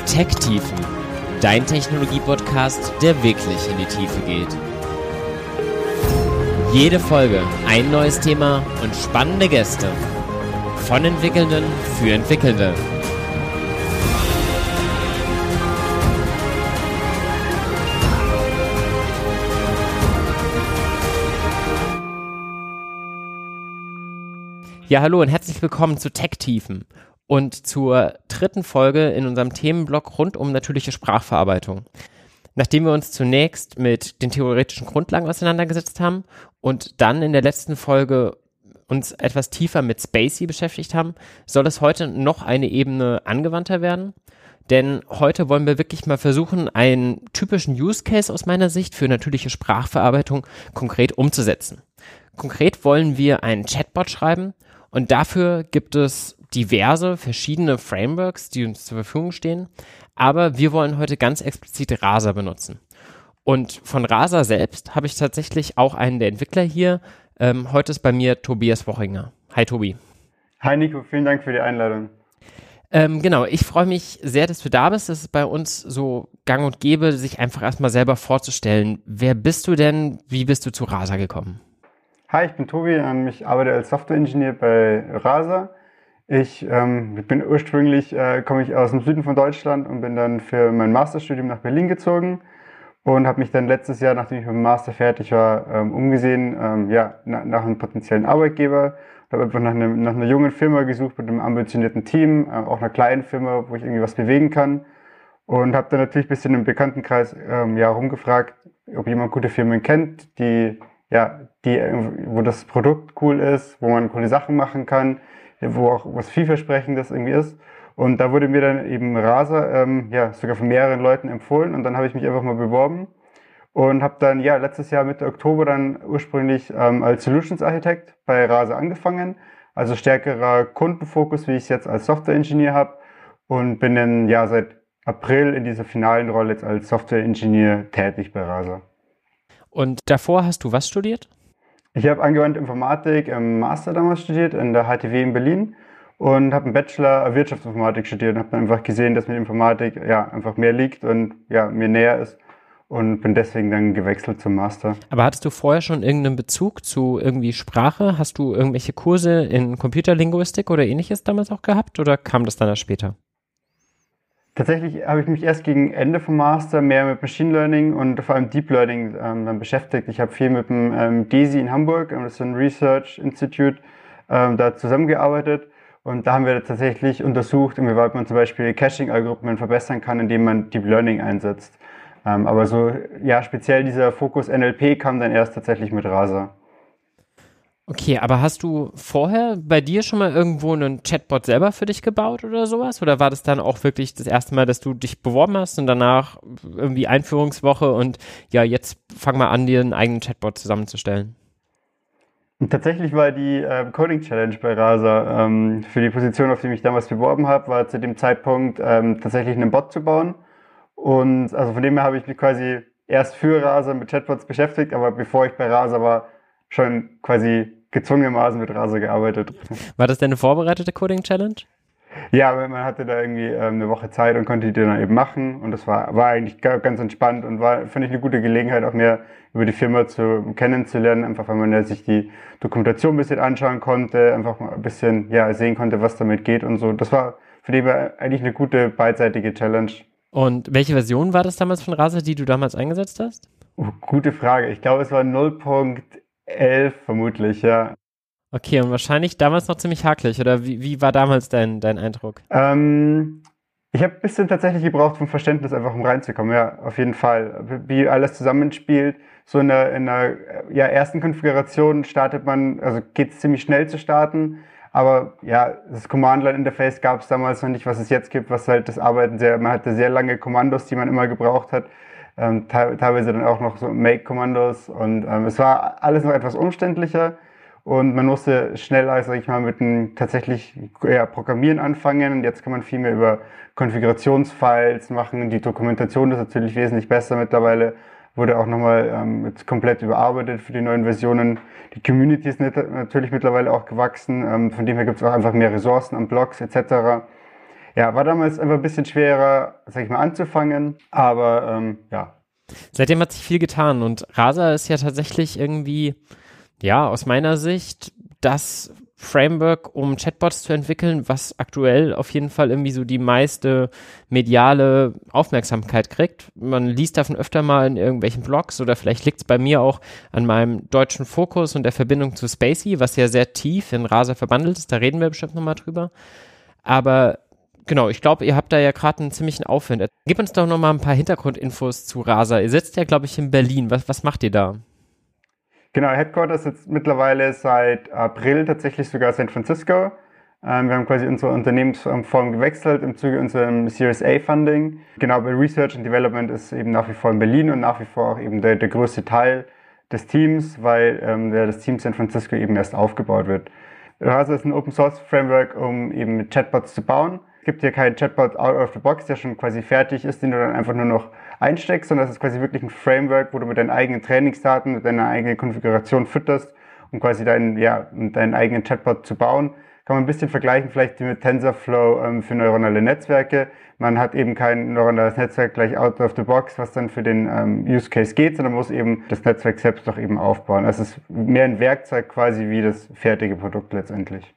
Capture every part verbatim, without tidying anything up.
Tech-Tiefen, dein Technologie-Podcast, der wirklich in die Tiefe geht. Jede Folge ein neues Thema und spannende Gäste. Von Entwickelnden für Entwickelnde. Ja, hallo und herzlich willkommen zu Tech-Tiefen und zur dritten Folge in unserem Themenblock rund um natürliche Sprachverarbeitung. Nachdem wir uns zunächst mit den theoretischen Grundlagen auseinandergesetzt haben und dann in der letzten Folge uns etwas tiefer mit Spacy beschäftigt haben, soll es heute noch eine Ebene angewandter werden. Denn heute wollen wir wirklich mal versuchen, einen typischen Use Case aus meiner Sicht für natürliche Sprachverarbeitung konkret umzusetzen. Konkret wollen wir einen Chatbot schreiben und dafür gibt es diverse verschiedene Frameworks, die uns zur Verfügung stehen. Aber wir wollen heute ganz explizit Rasa benutzen. Und von Rasa selbst habe ich tatsächlich auch einen der Entwickler hier. Ähm, heute ist bei mir Tobias Wochinger. Hi Tobi. Hi Nico, vielen Dank für die Einladung. Ähm, genau, ich freue mich sehr, dass du da bist. Es ist bei uns so gang und gäbe, sich einfach erstmal selber vorzustellen. Wer bist du denn? Wie bist du zu Rasa gekommen? Hi, ich bin Tobi. Ich arbeite als Software-Ingenieur bei Rasa. Ich ähm, bin ursprünglich, äh, komme ich aus dem Süden von Deutschland und bin dann für mein Masterstudium nach Berlin gezogen und habe mich dann letztes Jahr, nachdem ich mit dem Master fertig war, ähm, umgesehen, ähm, ja, na, nach einem potenziellen Arbeitgeber. Ich habe einfach nach, einem, nach einer jungen Firma gesucht mit einem ambitionierten Team, äh, auch einer kleinen Firma, wo ich irgendwie was bewegen kann. Und habe dann natürlich ein bisschen im Bekanntenkreis ähm, ja, rumgefragt, ob jemand gute Firmen kennt, die, ja, die, wo das Produkt cool ist, wo man coole Sachen machen kann, wo auch was vielversprechendes irgendwie ist. Und da wurde mir dann eben Rasa ähm, ja, sogar von mehreren Leuten empfohlen und dann habe ich mich einfach mal beworben und habe dann ja letztes Jahr Mitte Oktober dann ursprünglich ähm, als Solutions Architect bei Rasa angefangen, also stärkerer Kundenfokus, wie ich es jetzt als Software-Ingenieur habe und bin dann ja seit April in dieser finalen Rolle jetzt als Software-Ingenieur tätig bei Rasa. Und davor hast du was studiert? Ich habe angewandte Informatik im Master damals studiert in der H T W in Berlin und habe einen Bachelor Wirtschaftsinformatik studiert und habe dann einfach gesehen, dass mir Informatik ja einfach mehr liegt und ja mir näher ist und bin deswegen dann gewechselt zum Master. Aber hattest du vorher schon irgendeinen Bezug zu irgendwie Sprache? Hast du irgendwelche Kurse in Computerlinguistik oder ähnliches damals auch gehabt oder kam das dann erst später? Tatsächlich habe ich mich erst gegen Ende vom Master mehr mit Machine Learning und vor allem Deep Learning ähm, dann beschäftigt. Ich habe viel mit dem ähm, D E S I in Hamburg, das ist so ein Research Institute, ähm, da zusammengearbeitet. Und da haben wir tatsächlich untersucht, inwieweit man zum Beispiel Caching-Algorithmen verbessern kann, indem man Deep Learning einsetzt. Ähm, aber so, ja, speziell dieser Fokus N L P kam dann erst tatsächlich mit Rasa. Okay, aber hast du vorher bei dir schon mal irgendwo einen Chatbot selber für dich gebaut oder sowas? Oder war das dann auch wirklich das erste Mal, dass du dich beworben hast und danach irgendwie Einführungswoche und ja, jetzt fang mal an, dir einen eigenen Chatbot zusammenzustellen? Und tatsächlich war die äh, Coding Challenge bei Rasa ähm, für die Position, auf die ich mich damals beworben habe, war zu dem Zeitpunkt ähm, tatsächlich einen Bot zu bauen. Und also von dem her habe ich mich quasi erst für Rasa mit Chatbots beschäftigt, aber bevor ich bei Rasa war, schon quasi gezwungenermaßen mit Rasa gearbeitet. War das denn eine vorbereitete Coding Challenge? Ja, aber man hatte da irgendwie ähm, eine Woche Zeit und konnte die dann eben machen und das war, war eigentlich ganz entspannt und war, finde ich, eine gute Gelegenheit, auch mehr über die Firma zu kennenzulernen, einfach weil man ja sich die Dokumentation ein bisschen anschauen konnte, einfach mal ein bisschen ja sehen konnte, was damit geht und so. Das war für die eigentlich eine gute beidseitige Challenge. Und welche Version war das damals von Rasa, die du damals eingesetzt hast? Oh, gute Frage. Ich glaube, es war null Punkt elf vermutlich, ja. Okay, und wahrscheinlich damals noch ziemlich hakelig, oder wie, wie war damals dein, dein Eindruck? Ähm, ich habe ein bisschen tatsächlich gebraucht vom Verständnis, einfach um reinzukommen, ja, auf jeden Fall. Wie alles zusammenspielt. So in der, in der ja, ersten Konfiguration startet man, also geht es ziemlich schnell zu starten, aber ja, das Command-Line-Interface gab es damals noch nicht, was es jetzt gibt, was halt das Arbeiten sehr, man hatte sehr lange Kommandos, die man immer gebraucht hat. Ähm, teilweise dann auch noch so Make-Kommandos und ähm, es war alles noch etwas umständlicher und man musste schneller, sag ich mal, mit dem tatsächlich ja, Programmieren anfangen und jetzt kann man viel mehr über Konfigurationsfiles machen. Die Dokumentation ist natürlich wesentlich besser mittlerweile, wurde auch nochmal ähm, komplett überarbeitet für die neuen Versionen. Die Community ist natürlich mittlerweile auch gewachsen, ähm, von dem her gibt es auch einfach mehr Ressourcen an Blogs et cetera. ja, war damals einfach ein bisschen schwerer, sag ich mal, anzufangen, aber ähm, ja. Seitdem hat sich viel getan und Rasa ist ja tatsächlich irgendwie, ja, aus meiner Sicht das Framework, um Chatbots zu entwickeln, was aktuell auf jeden Fall irgendwie so die meiste mediale Aufmerksamkeit kriegt. Man liest davon öfter mal in irgendwelchen Blogs oder vielleicht liegt es bei mir auch an meinem deutschen Fokus und der Verbindung zu Spacey, was ja sehr tief in Rasa verbandelt ist, da reden wir bestimmt nochmal drüber. Aber genau, ich glaube, ihr habt da ja gerade einen ziemlichen Aufwind. Gib uns doch nochmal ein paar Hintergrundinfos zu Rasa. Ihr sitzt ja, glaube ich, in Berlin. Was, was macht ihr da? Genau, Headquarters jetzt mittlerweile seit April tatsächlich sogar San Francisco. Ähm, wir haben quasi unsere Unternehmensform gewechselt im Zuge unserem Series A Funding. Genau, bei Research and Development ist eben nach wie vor in Berlin und nach wie vor auch eben der, der größte Teil des Teams, weil ähm, der, das Team San Francisco eben erst aufgebaut wird. Rasa ist ein Open Source Framework, um eben mit Chatbots zu bauen. Es gibt hier keinen Chatbot out of the box, der schon quasi fertig ist, den du dann einfach nur noch einsteckst, sondern es ist quasi wirklich ein Framework, wo du mit deinen eigenen Trainingsdaten, mit deiner eigenen Konfiguration fütterst, um quasi deinen, ja, deinen eigenen Chatbot zu bauen. Kann man ein bisschen vergleichen vielleicht mit TensorFlow ähm, für neuronale Netzwerke. Man hat eben kein neuronales Netzwerk gleich out of the box, was dann für den ähm, Use Case geht, sondern muss eben das Netzwerk selbst doch eben aufbauen. Also es ist mehr ein Werkzeug quasi wie das fertige Produkt letztendlich.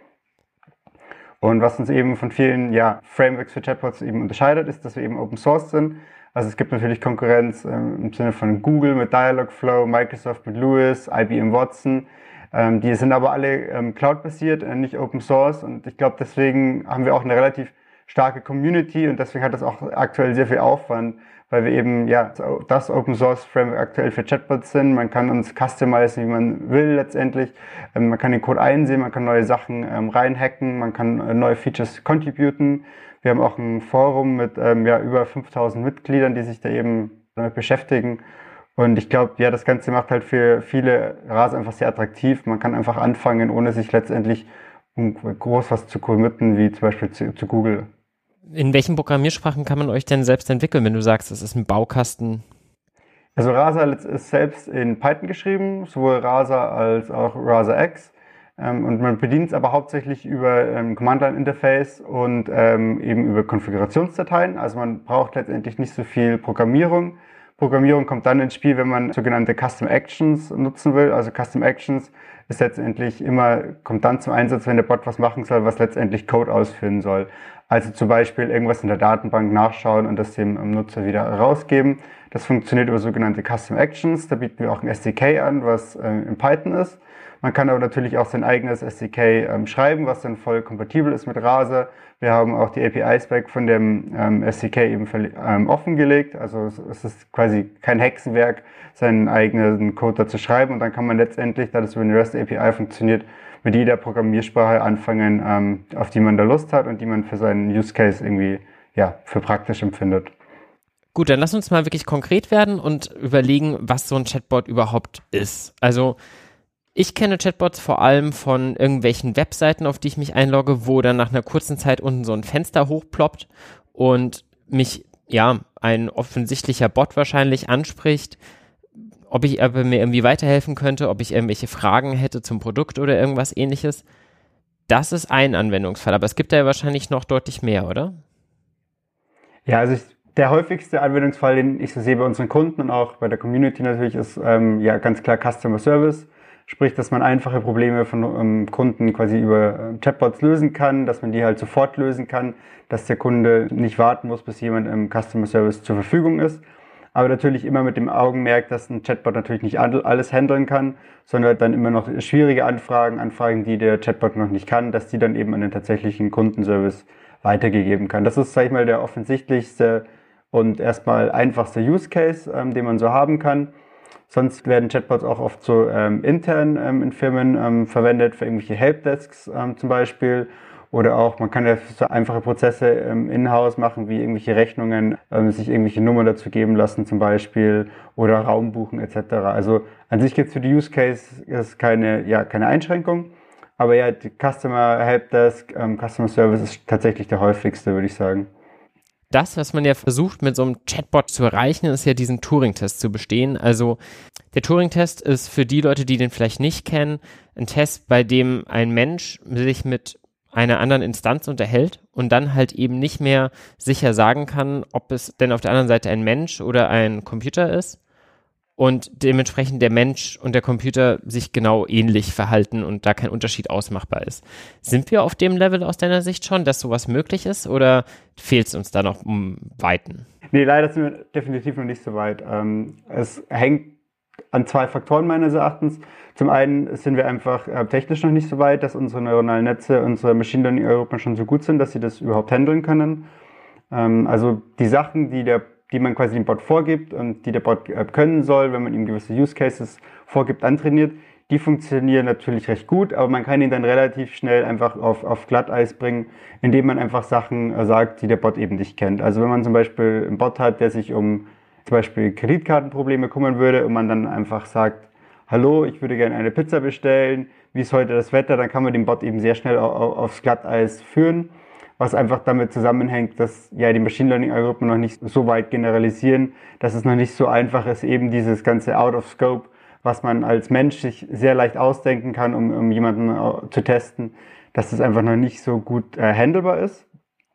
Und was uns eben von vielen ja, Frameworks für Chatbots eben unterscheidet, ist, dass wir eben Open Source sind. Also es gibt natürlich Konkurrenz ähm, im Sinne von Google mit Dialogflow, Microsoft mit Lewis, I B M Watson. Ähm, die sind aber alle ähm, Cloud-basiert, äh, nicht Open Source. Und ich glaube, deswegen haben wir auch eine relativ starke Community und deswegen hat das auch aktuell sehr viel Aufwand, weil wir eben ja das Open Source Framework aktuell für Chatbots sind. Man kann uns customizen, wie man will letztendlich. Ähm, man kann den Code einsehen, man kann neue Sachen ähm, reinhacken, man kann äh, neue Features contributen. Wir haben auch ein Forum mit ähm, ja, über fünftausend Mitgliedern, die sich da eben damit beschäftigen. Und ich glaube, ja, das Ganze macht halt für viele Rasa einfach sehr attraktiv. Man kann einfach anfangen, ohne sich letztendlich um groß was zu committen, wie zum Beispiel zu, zu Google. In welchen Programmiersprachen kann man euch denn selbst entwickeln, wenn du sagst, es ist ein Baukasten? Also Rasa ist selbst in Python geschrieben, sowohl Rasa als auch Rasa X. Ähm, und man bedient es aber hauptsächlich über ähm, Command-Line-Interface und ähm, eben über Konfigurationsdateien. Also man braucht letztendlich nicht so viel Programmierung. Programmierung kommt dann ins Spiel, wenn man sogenannte Custom Actions nutzen will. Also Custom Actions ist letztendlich immer, kommt dann zum Einsatz, wenn der Bot was machen soll, was letztendlich Code ausführen soll. Also zum Beispiel irgendwas in der Datenbank nachschauen und das dem Nutzer wieder rausgeben. Das funktioniert über sogenannte Custom Actions. Da bieten wir auch ein S D K an, was äh, in Python ist. Man kann aber natürlich auch sein eigenes S D K ähm, schreiben, was dann voll kompatibel ist mit Rasa. Wir haben auch die A P I-Spec von dem ähm, S D K eben ähm, offengelegt. Also es, es ist quasi kein Hexenwerk, seinen eigenen Code da zu schreiben. Und dann kann man letztendlich, da das über eine REST A P I funktioniert, mit jeder Programmiersprache anfangen, ähm, auf die man da Lust hat und die man für seinen Use Case irgendwie ja, für praktisch empfindet. Gut, dann lass uns mal wirklich konkret werden und überlegen, was so ein Chatbot überhaupt ist. Also ich kenne Chatbots vor allem von irgendwelchen Webseiten, auf die ich mich einlogge, wo dann nach einer kurzen Zeit unten so ein Fenster hochploppt und mich, ja, ein offensichtlicher Bot wahrscheinlich anspricht, ob ich aber mir irgendwie weiterhelfen könnte, ob ich irgendwelche Fragen hätte zum Produkt oder irgendwas ähnliches. Das ist ein Anwendungsfall, aber es gibt da ja wahrscheinlich noch deutlich mehr, oder? Ja, also ich, der häufigste Anwendungsfall, den ich so sehe bei unseren Kunden und auch bei der Community natürlich, ist ähm, ja ganz klar Customer Service. Sprich, dass man einfache Probleme von ähm, Kunden quasi über ähm, Chatbots lösen kann, dass man die halt sofort lösen kann, dass der Kunde nicht warten muss, bis jemand im Customer Service zur Verfügung ist. Aber natürlich immer mit dem Augenmerk, dass ein Chatbot natürlich nicht alles handeln kann, sondern dann immer noch schwierige Anfragen, Anfragen, die der Chatbot noch nicht kann, dass die dann eben an den tatsächlichen Kundenservice weitergegeben kann. Das ist, sag ich mal, der offensichtlichste und erstmal einfachste Use Case, ähm, den man so haben kann. Sonst werden Chatbots auch oft so ähm, intern ähm, in Firmen ähm, verwendet, für irgendwelche Helpdesks ähm, zum Beispiel. Oder auch, man kann ja so einfache Prozesse ähm, in-house machen, wie irgendwelche Rechnungen, ähm, sich irgendwelche Nummern dazu geben lassen zum Beispiel oder Raum buchen et cetera. Also an sich gibt es für die Use Case ist keine, ja, keine Einschränkung. Aber ja, die Customer Helpdesk, ähm, Customer Service ist tatsächlich der häufigste, würde ich sagen. Das, was man ja versucht mit so einem Chatbot zu erreichen, ist ja diesen Turing-Test zu bestehen. Also der Turing-Test ist für die Leute, die den vielleicht nicht kennen, ein Test, bei dem ein Mensch sich mit einer anderen Instanz unterhält und dann halt eben nicht mehr sicher sagen kann, ob es denn auf der anderen Seite ein Mensch oder ein Computer ist und dementsprechend der Mensch und der Computer sich genau ähnlich verhalten und da kein Unterschied ausmachbar ist. Sind wir auf dem Level aus deiner Sicht schon, dass sowas möglich ist oder fehlt es uns da noch um Weiten? Nee, leider sind wir definitiv noch nicht so weit. Ähm, es hängt an zwei Faktoren meines Erachtens. Zum einen sind wir einfach äh, technisch noch nicht so weit, dass unsere neuronalen Netze, unsere Machine Learning Algorithmen schon so gut sind, dass sie das überhaupt handeln können. Ähm, also die Sachen, die, der, die man quasi dem Bot vorgibt und die der Bot äh, können soll, wenn man ihm gewisse Use Cases vorgibt, antrainiert, die funktionieren natürlich recht gut, aber man kann ihn dann relativ schnell einfach auf, auf Glatteis bringen, indem man einfach Sachen äh, sagt, die der Bot eben nicht kennt. Also wenn man zum Beispiel einen Bot hat, der sich um zum Beispiel Kreditkartenprobleme kümmern würde und man dann einfach sagt, hallo, ich würde gerne eine Pizza bestellen, wie ist heute das Wetter, dann kann man den Bot eben sehr schnell aufs Glatteis führen, was einfach damit zusammenhängt, dass ja die Machine Learning Algorithmen noch nicht so weit generalisieren, dass es noch nicht so einfach ist, eben dieses ganze Out of Scope, was man als Mensch sich sehr leicht ausdenken kann, um, um jemanden zu testen, dass das einfach noch nicht so gut äh, handelbar ist.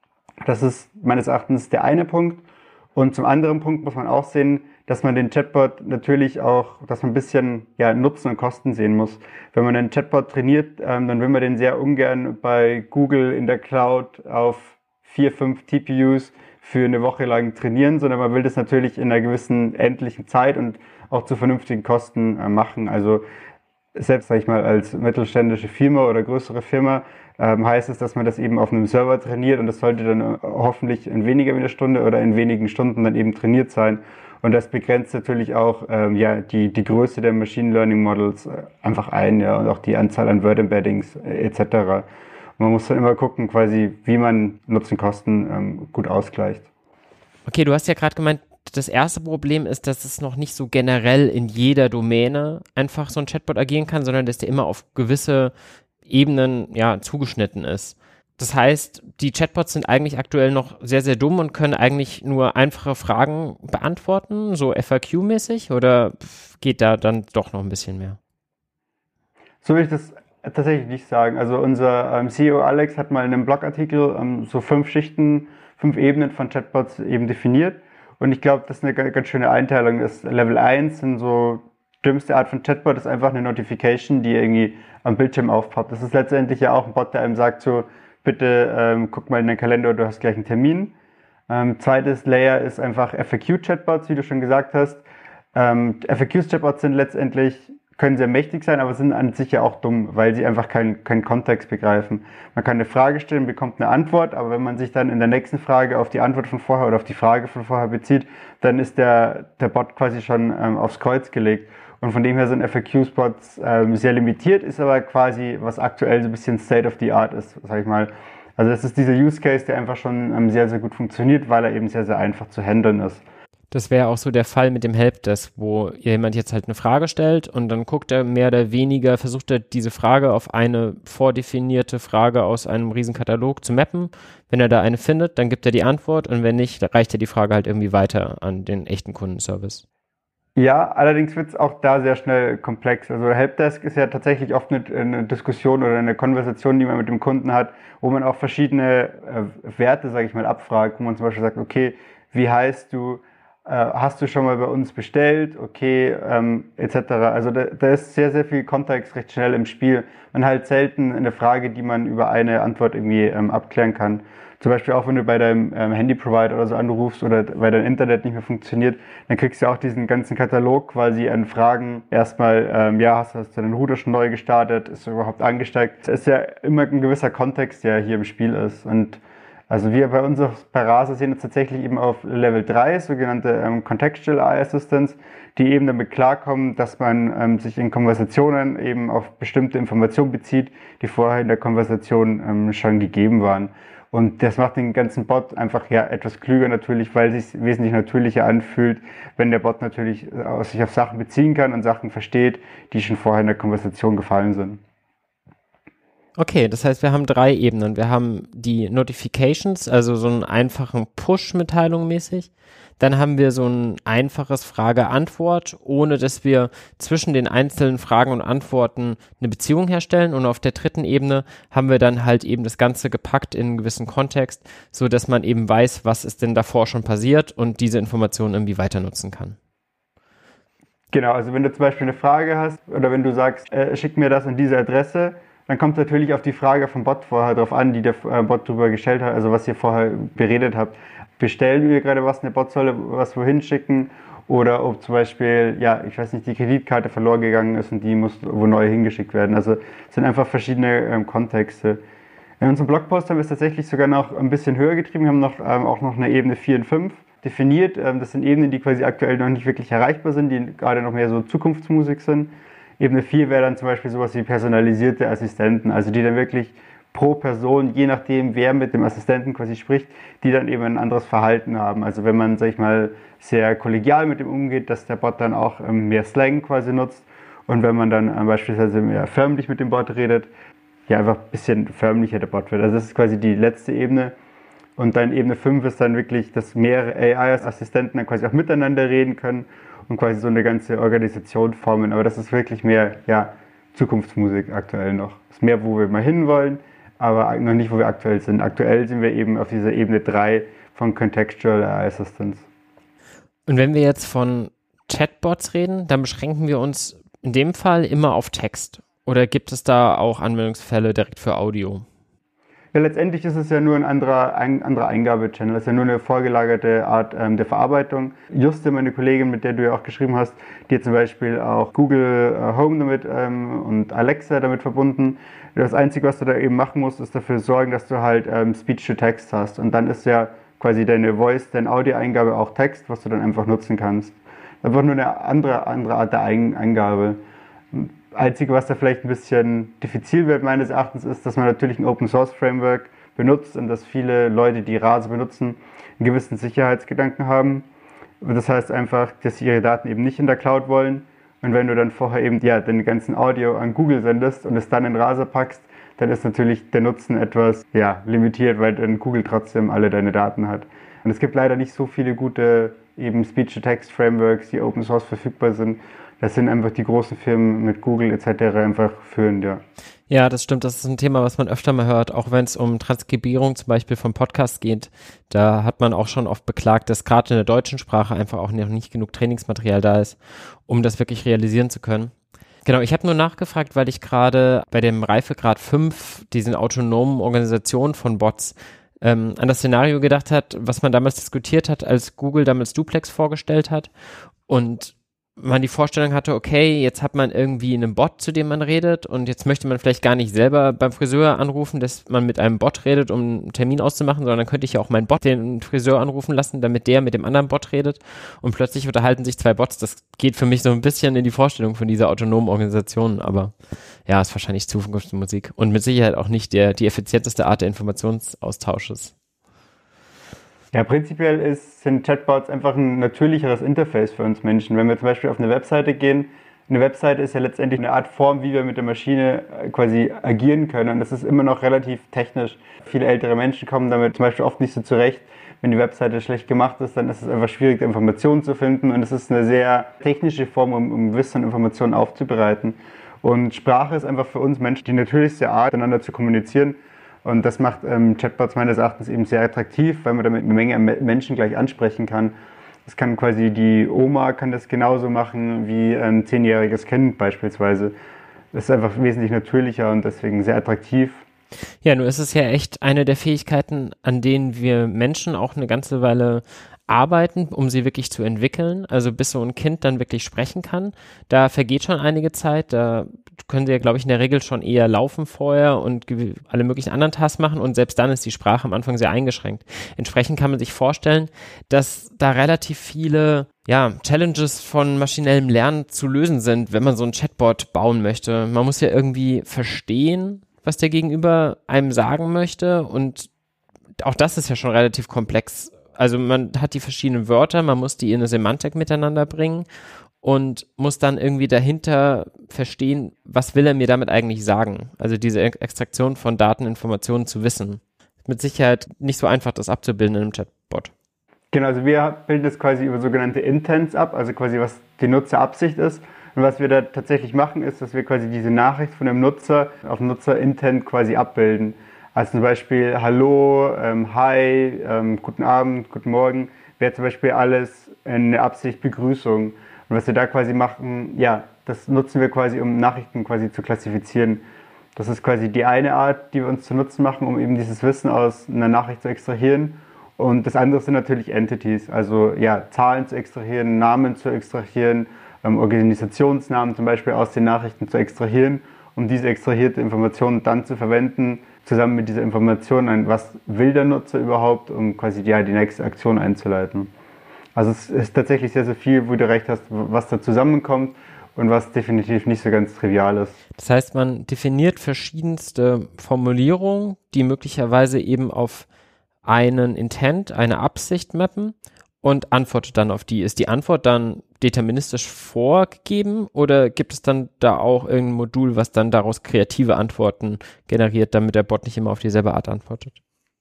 Das ist meines Erachtens der eine Punkt. Und zum anderen Punkt muss man auch sehen, dass man den Chatbot natürlich auch, dass man ein bisschen ja, Nutzen und Kosten sehen muss. Wenn man einen Chatbot trainiert, ähm, dann will man den sehr ungern bei Google in der Cloud auf vier, fünf T P Us für eine Woche lang trainieren, sondern man will das natürlich in einer gewissen endlichen Zeit und auch zu vernünftigen Kosten äh, machen. Also selbst, sag ich mal, als mittelständische Firma oder größere Firma ähm, heißt es, dass man das eben auf einem Server trainiert und das sollte dann hoffentlich in weniger wie einer Stunde oder in wenigen Stunden dann eben trainiert sein. Und das begrenzt natürlich auch ähm, ja, die, die Größe der Machine Learning Models äh, einfach ein, ja, und auch die Anzahl an Word Embeddings äh, et cetera. Und man muss dann immer gucken, quasi, wie man Nutzen-Kosten ähm, gut ausgleicht. Okay, du hast ja gerade gemeint, das erste Problem ist, dass es noch nicht so generell in jeder Domäne einfach so ein Chatbot agieren kann, sondern dass der immer auf gewisse Ebenen ja zugeschnitten ist. Das heißt, die Chatbots sind eigentlich aktuell noch sehr, sehr dumm und können eigentlich nur einfache Fragen beantworten, so F A Q-mäßig, oder geht da dann doch noch ein bisschen mehr? So will ich das tatsächlich nicht sagen. Also unser ähm, C E O Alex hat mal in einem Blogartikel ähm, so fünf Schichten, fünf Ebenen von Chatbots eben definiert. Und ich glaube, das ist eine ganz schöne Einteilung. Das Level eins sind so dümmste Art von Chatbot, ist einfach eine Notification, die irgendwie am Bildschirm aufpoppt. Das ist letztendlich ja auch ein Bot, der einem sagt so, bitte ähm, guck mal in den Kalender, du hast gleich einen Termin. Ähm, zweites Layer ist einfach F A Q-Chatbots, wie du schon gesagt hast. Ähm, F A Q-Chatbots sind letztendlich, können sehr mächtig sein, aber sind an sich ja auch dumm, weil sie einfach keinen keinen Kontext begreifen. Man kann eine Frage stellen, bekommt eine Antwort, aber wenn man sich dann in der nächsten Frage auf die Antwort von vorher oder auf die Frage von vorher bezieht, dann ist der, der Bot quasi schon ähm, aufs Kreuz gelegt. Und von dem her sind F A Q-Spots ähm, sehr limitiert, ist aber quasi, was aktuell so ein bisschen State of the Art ist, sag ich mal. Also das ist dieser Use Case, der einfach schon ähm, sehr, sehr gut funktioniert, weil er eben sehr, sehr einfach zu handeln ist. Das wäre auch so der Fall mit dem Helpdesk, wo jemand jetzt halt eine Frage stellt und dann guckt er mehr oder weniger, versucht er diese Frage auf eine vordefinierte Frage aus einem Riesenkatalog zu mappen. Wenn er da eine findet, dann gibt er die Antwort und wenn nicht, dann reicht er die Frage halt irgendwie weiter an den echten Kundenservice. Ja, allerdings wird es auch da sehr schnell komplex. Also Helpdesk ist ja tatsächlich oft eine, eine Diskussion oder eine Konversation, die man mit dem Kunden hat, wo man auch verschiedene äh, Werte, sage ich mal, abfragt, wo man zum Beispiel sagt, okay, wie heißt du, äh, hast du schon mal bei uns bestellt, okay, ähm, et cetera. Also da, da ist sehr, sehr viel Kontext recht schnell im Spiel. Man halt selten eine Frage, die man über eine Antwort irgendwie ähm, abklären kann. Zum Beispiel auch, wenn du bei deinem ähm, Handy-Provider oder so anrufst oder weil dein Internet nicht mehr funktioniert, dann kriegst du auch diesen ganzen Katalog quasi an Fragen. Erstmal, ähm, ja, hast, hast du deinen Router schon neu gestartet? Ist er überhaupt angesteigt? Es ist ja immer ein gewisser Kontext, der hier im Spiel ist. Und also wir bei uns bei Rasa sehen jetzt tatsächlich eben auf Level drei, sogenannte ähm, Contextual A I Assistants, die eben damit klarkommen, dass man ähm, sich in Konversationen eben auf bestimmte Informationen bezieht, die vorher in der Konversation ähm, schon gegeben waren. Und das macht den ganzen Bot einfach ja etwas klüger natürlich, weil es sich wesentlich natürlicher anfühlt, wenn der Bot natürlich sich auf Sachen beziehen kann und Sachen versteht, die schon vorher in der Konversation gefallen sind. Okay, das heißt, wir haben drei Ebenen. Wir haben die Notifications, also so einen einfachen Push-Mitteilung mäßig. Dann haben wir so ein einfaches Frage-Antwort, ohne dass wir zwischen den einzelnen Fragen und Antworten eine Beziehung herstellen. Und auf der dritten Ebene haben wir dann halt eben das Ganze gepackt in einen gewissen Kontext, so dass man eben weiß, was ist denn davor schon passiert und diese Informationen irgendwie weiter nutzen kann. Genau, also wenn du zum Beispiel eine Frage hast oder wenn du sagst, äh, schick mir das an diese Adresse, dann kommt es natürlich auf die Frage vom Bot vorher drauf an, die der äh, Bot drüber gestellt hat, also was ihr vorher beredet habt. Bestellen wir gerade was, eine Bot soll was wohin schicken oder ob zum Beispiel, ja, ich weiß nicht, die Kreditkarte verloren gegangen ist und die muss wo neu hingeschickt werden. Also es sind einfach verschiedene ähm, Kontexte. In unserem Blogpost haben wir es tatsächlich sogar noch ein bisschen höher getrieben. Wir haben noch, ähm, auch noch eine Ebene vier und fünf definiert. Ähm, das sind Ebenen, die quasi aktuell noch nicht wirklich erreichbar sind, die gerade noch mehr so Zukunftsmusik sind. Ebene vier wäre dann zum Beispiel sowas wie personalisierte Assistenten, also die dann wirklich pro Person, je nachdem, wer mit dem Assistenten quasi spricht, die dann eben ein anderes Verhalten haben. Also wenn man, sag ich mal, sehr kollegial mit dem umgeht, dass der Bot dann auch ähm, mehr Slang quasi nutzt. Und wenn man dann äh, beispielsweise mehr förmlich mit dem Bot redet, ja, einfach ein bisschen förmlicher der Bot wird. Also das ist quasi die letzte Ebene. Und dann Ebene fünf ist dann wirklich, dass mehrere A I-Assistenten dann quasi auch miteinander reden können und quasi so eine ganze Organisation formen. Aber das ist wirklich mehr, ja, Zukunftsmusik aktuell noch. Das ist mehr, wo wir mal hinwollen, aber noch nicht, wo wir aktuell sind. Aktuell sind wir eben auf dieser Ebene drei von Contextual A I Assistance. Und wenn wir jetzt von Chatbots reden, dann beschränken wir uns in dem Fall immer auf Text. Oder gibt es da auch Anwendungsfälle direkt für Audio? Ja, letztendlich ist es ja nur ein anderer, ein anderer Eingabechannel. Es ist ja nur eine vorgelagerte Art ähm, der Verarbeitung. Juste, meine Kollegin, mit der du ja auch geschrieben hast, die hat zum Beispiel auch Google äh, Home damit ähm, und Alexa damit verbunden. Das Einzige, was du da eben machen musst, ist dafür sorgen, dass du halt ähm, Speech-to-Text hast. Und dann ist ja quasi deine Voice, deine Audioeingabe auch Text, was du dann einfach nutzen kannst. Einfach nur eine andere, andere Art der Eingabe. Einzige, was da vielleicht ein bisschen diffizil wird, meines Erachtens, ist, dass man natürlich ein Open-Source-Framework benutzt und dass viele Leute, die Rase benutzen, einen gewissen Sicherheitsgedanken haben. Und das heißt einfach, dass sie ihre Daten eben nicht in der Cloud wollen. Und wenn du dann vorher eben ja, den ganzen Audio an Google sendest und es dann in Rase packst, dann ist natürlich der Nutzen etwas ja, limitiert, weil dann Google trotzdem alle deine Daten hat. Und es gibt leider nicht so viele gute eben Speech-to-Text-Frameworks, die Open-Source verfügbar sind. Das sind einfach die großen Firmen mit Google et cetera einfach führend, ja. Ja, das stimmt. Das ist ein Thema, was man öfter mal hört, auch wenn es um Transkribierung zum Beispiel von Podcasts geht. Da hat man auch schon oft beklagt, dass gerade in der deutschen Sprache einfach auch noch nicht genug Trainingsmaterial da ist, um das wirklich realisieren zu können. Genau, ich habe nur nachgefragt, weil ich gerade bei dem Reifegrad fünf, diesen autonomen Organisationen von Bots, ähm, an das Szenario gedacht hat, was man damals diskutiert hat, als Google damals Duplex vorgestellt hat und man die Vorstellung hatte, okay, jetzt hat man irgendwie einen Bot, zu dem man redet und jetzt möchte man vielleicht gar nicht selber beim Friseur anrufen, dass man mit einem Bot redet, um einen Termin auszumachen, sondern dann könnte ich ja auch meinen Bot den Friseur anrufen lassen, damit der mit dem anderen Bot redet und plötzlich unterhalten sich zwei Bots. Das geht für mich so ein bisschen in die Vorstellung von dieser autonomen Organisation, aber ja, ist wahrscheinlich Zukunftsmusik und mit Sicherheit auch nicht der, die effizienteste Art der Informationsaustausches. Ja, prinzipiell ist, sind Chatbots einfach ein natürlicheres Interface für uns Menschen. Wenn wir zum Beispiel auf eine Webseite gehen, eine Webseite ist ja letztendlich eine Art Form, wie wir mit der Maschine quasi agieren können. Und das ist immer noch relativ technisch. Viele ältere Menschen kommen damit zum Beispiel oft nicht so zurecht. Wenn die Webseite schlecht gemacht ist, dann ist es einfach schwierig, Informationen zu finden. Und es ist eine sehr technische Form, um, um Wissen und Informationen aufzubereiten. Und Sprache ist einfach für uns Menschen die natürlichste Art, miteinander zu kommunizieren. Und das macht ähm, Chatbots meines Erachtens eben sehr attraktiv, weil man damit eine Menge Menschen gleich ansprechen kann. Das kann quasi die Oma kann das genauso machen wie ein zehnjähriges Kind beispielsweise. Das ist einfach wesentlich natürlicher und deswegen sehr attraktiv. Ja, nur ist es ja echt eine der Fähigkeiten, an denen wir Menschen auch eine ganze Weile arbeiten, um sie wirklich zu entwickeln. Also bis so ein Kind dann wirklich sprechen kann. Da vergeht schon einige Zeit. Da können sie ja, glaube ich, in der Regel schon eher laufen vorher und alle möglichen anderen Tasks machen und selbst dann ist die Sprache am Anfang sehr eingeschränkt. Entsprechend kann man sich vorstellen, dass da relativ viele ja, Challenges von maschinellem Lernen zu lösen sind, wenn man so ein Chatbot bauen möchte. Man muss ja irgendwie verstehen, was der Gegenüber einem sagen möchte und auch das ist ja schon relativ komplex. Also man hat die verschiedenen Wörter, man muss die in eine Semantik miteinander bringen und muss dann irgendwie dahinter verstehen, was will er mir damit eigentlich sagen? Also diese Extraktion von Daten, Informationen zu wissen. Mit Sicherheit nicht so einfach, das abzubilden in einem Chatbot. Genau, also wir bilden das quasi über sogenannte Intents ab, also quasi was die Nutzerabsicht ist. Und was wir da tatsächlich machen, ist, dass wir quasi diese Nachricht von dem Nutzer auf Nutzer-Intent quasi abbilden. Also zum Beispiel Hallo, ähm, Hi, ähm, guten Abend, guten Morgen, wäre zum Beispiel alles eine Absicht Begrüßung. Und was wir da quasi machen, ja, das nutzen wir quasi, um Nachrichten quasi zu klassifizieren. Das ist quasi die eine Art, die wir uns zu Nutzen machen, um eben dieses Wissen aus einer Nachricht zu extrahieren. Und das andere sind natürlich Entities, also ja, Zahlen zu extrahieren, Namen zu extrahieren, ähm, Organisationsnamen zum Beispiel aus den Nachrichten zu extrahieren, um diese extrahierte Information dann zu verwenden, zusammen mit dieser Information, was will der Nutzer überhaupt, um quasi ja, die nächste Aktion einzuleiten. Also es ist tatsächlich sehr, sehr viel, wo du recht hast, was da zusammenkommt und was definitiv nicht so ganz trivial ist. Das heißt, man definiert verschiedenste Formulierungen, die möglicherweise eben auf einen Intent, eine Absicht mappen und antwortet dann auf die. Ist die Antwort dann deterministisch vorgegeben oder gibt es dann da auch irgendein Modul, was dann daraus kreative Antworten generiert, damit der Bot nicht immer auf dieselbe Art antwortet?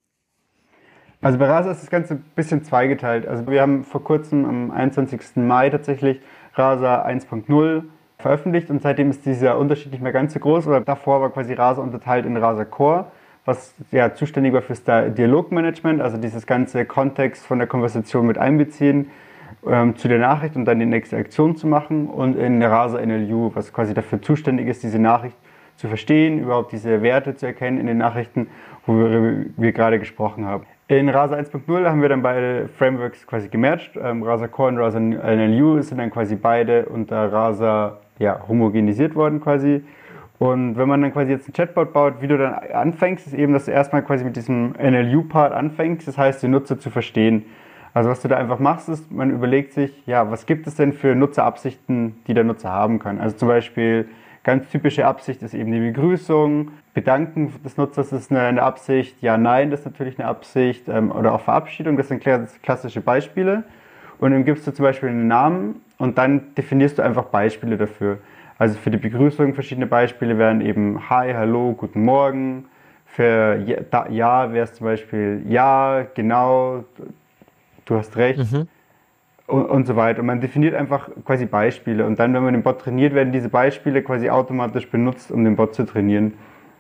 Also bei Rasa ist das Ganze ein bisschen zweigeteilt. Also wir haben vor kurzem am einundzwanzigsten Mai tatsächlich Rasa eins Punkt null veröffentlicht und seitdem ist dieser Unterschied nicht mehr ganz so groß. Oder davor war quasi Rasa unterteilt in Rasa Core, was ja zuständig war fürs Dialogmanagement, also dieses ganze Kontext von der Konversation mit einbeziehen ähm, zu der Nachricht und dann die nächste Aktion zu machen, und in Rasa N L U, was quasi dafür zuständig ist, diese Nachricht zu verstehen, überhaupt diese Werte zu erkennen in den Nachrichten, worüber wir gerade gesprochen haben. In Rasa eins Punkt null haben wir dann beide Frameworks quasi gemerged. Ähm, Rasa Core und Rasa N L U sind dann quasi beide unter Rasa ja, homogenisiert worden quasi. Und wenn man dann quasi jetzt einen Chatbot baut, wie du dann anfängst, ist eben, dass du erstmal quasi mit diesem N L U-Part anfängst, das heißt, den Nutzer zu verstehen. Also was du da einfach machst, ist, man überlegt sich, ja, was gibt es denn für Nutzerabsichten, die der Nutzer haben kann. Also zum Beispiel, ganz typische Absicht ist eben die Begrüßung, Bedanken des Nutzers ist eine, eine Absicht, Ja, Nein, das ist natürlich eine Absicht, ähm, oder auch Verabschiedung, das sind klassische Beispiele. Und dann gibst du zum Beispiel einen Namen und dann definierst du einfach Beispiele dafür. Also für die Begrüßung verschiedene Beispiele wären eben Hi, Hallo, Guten Morgen. Für Ja, da, ja wäre es zum Beispiel Ja, genau, du hast recht, mhm. und, und so weiter. Und man definiert einfach quasi Beispiele. Und dann, wenn man den Bot trainiert, werden diese Beispiele quasi automatisch benutzt, um den Bot zu trainieren.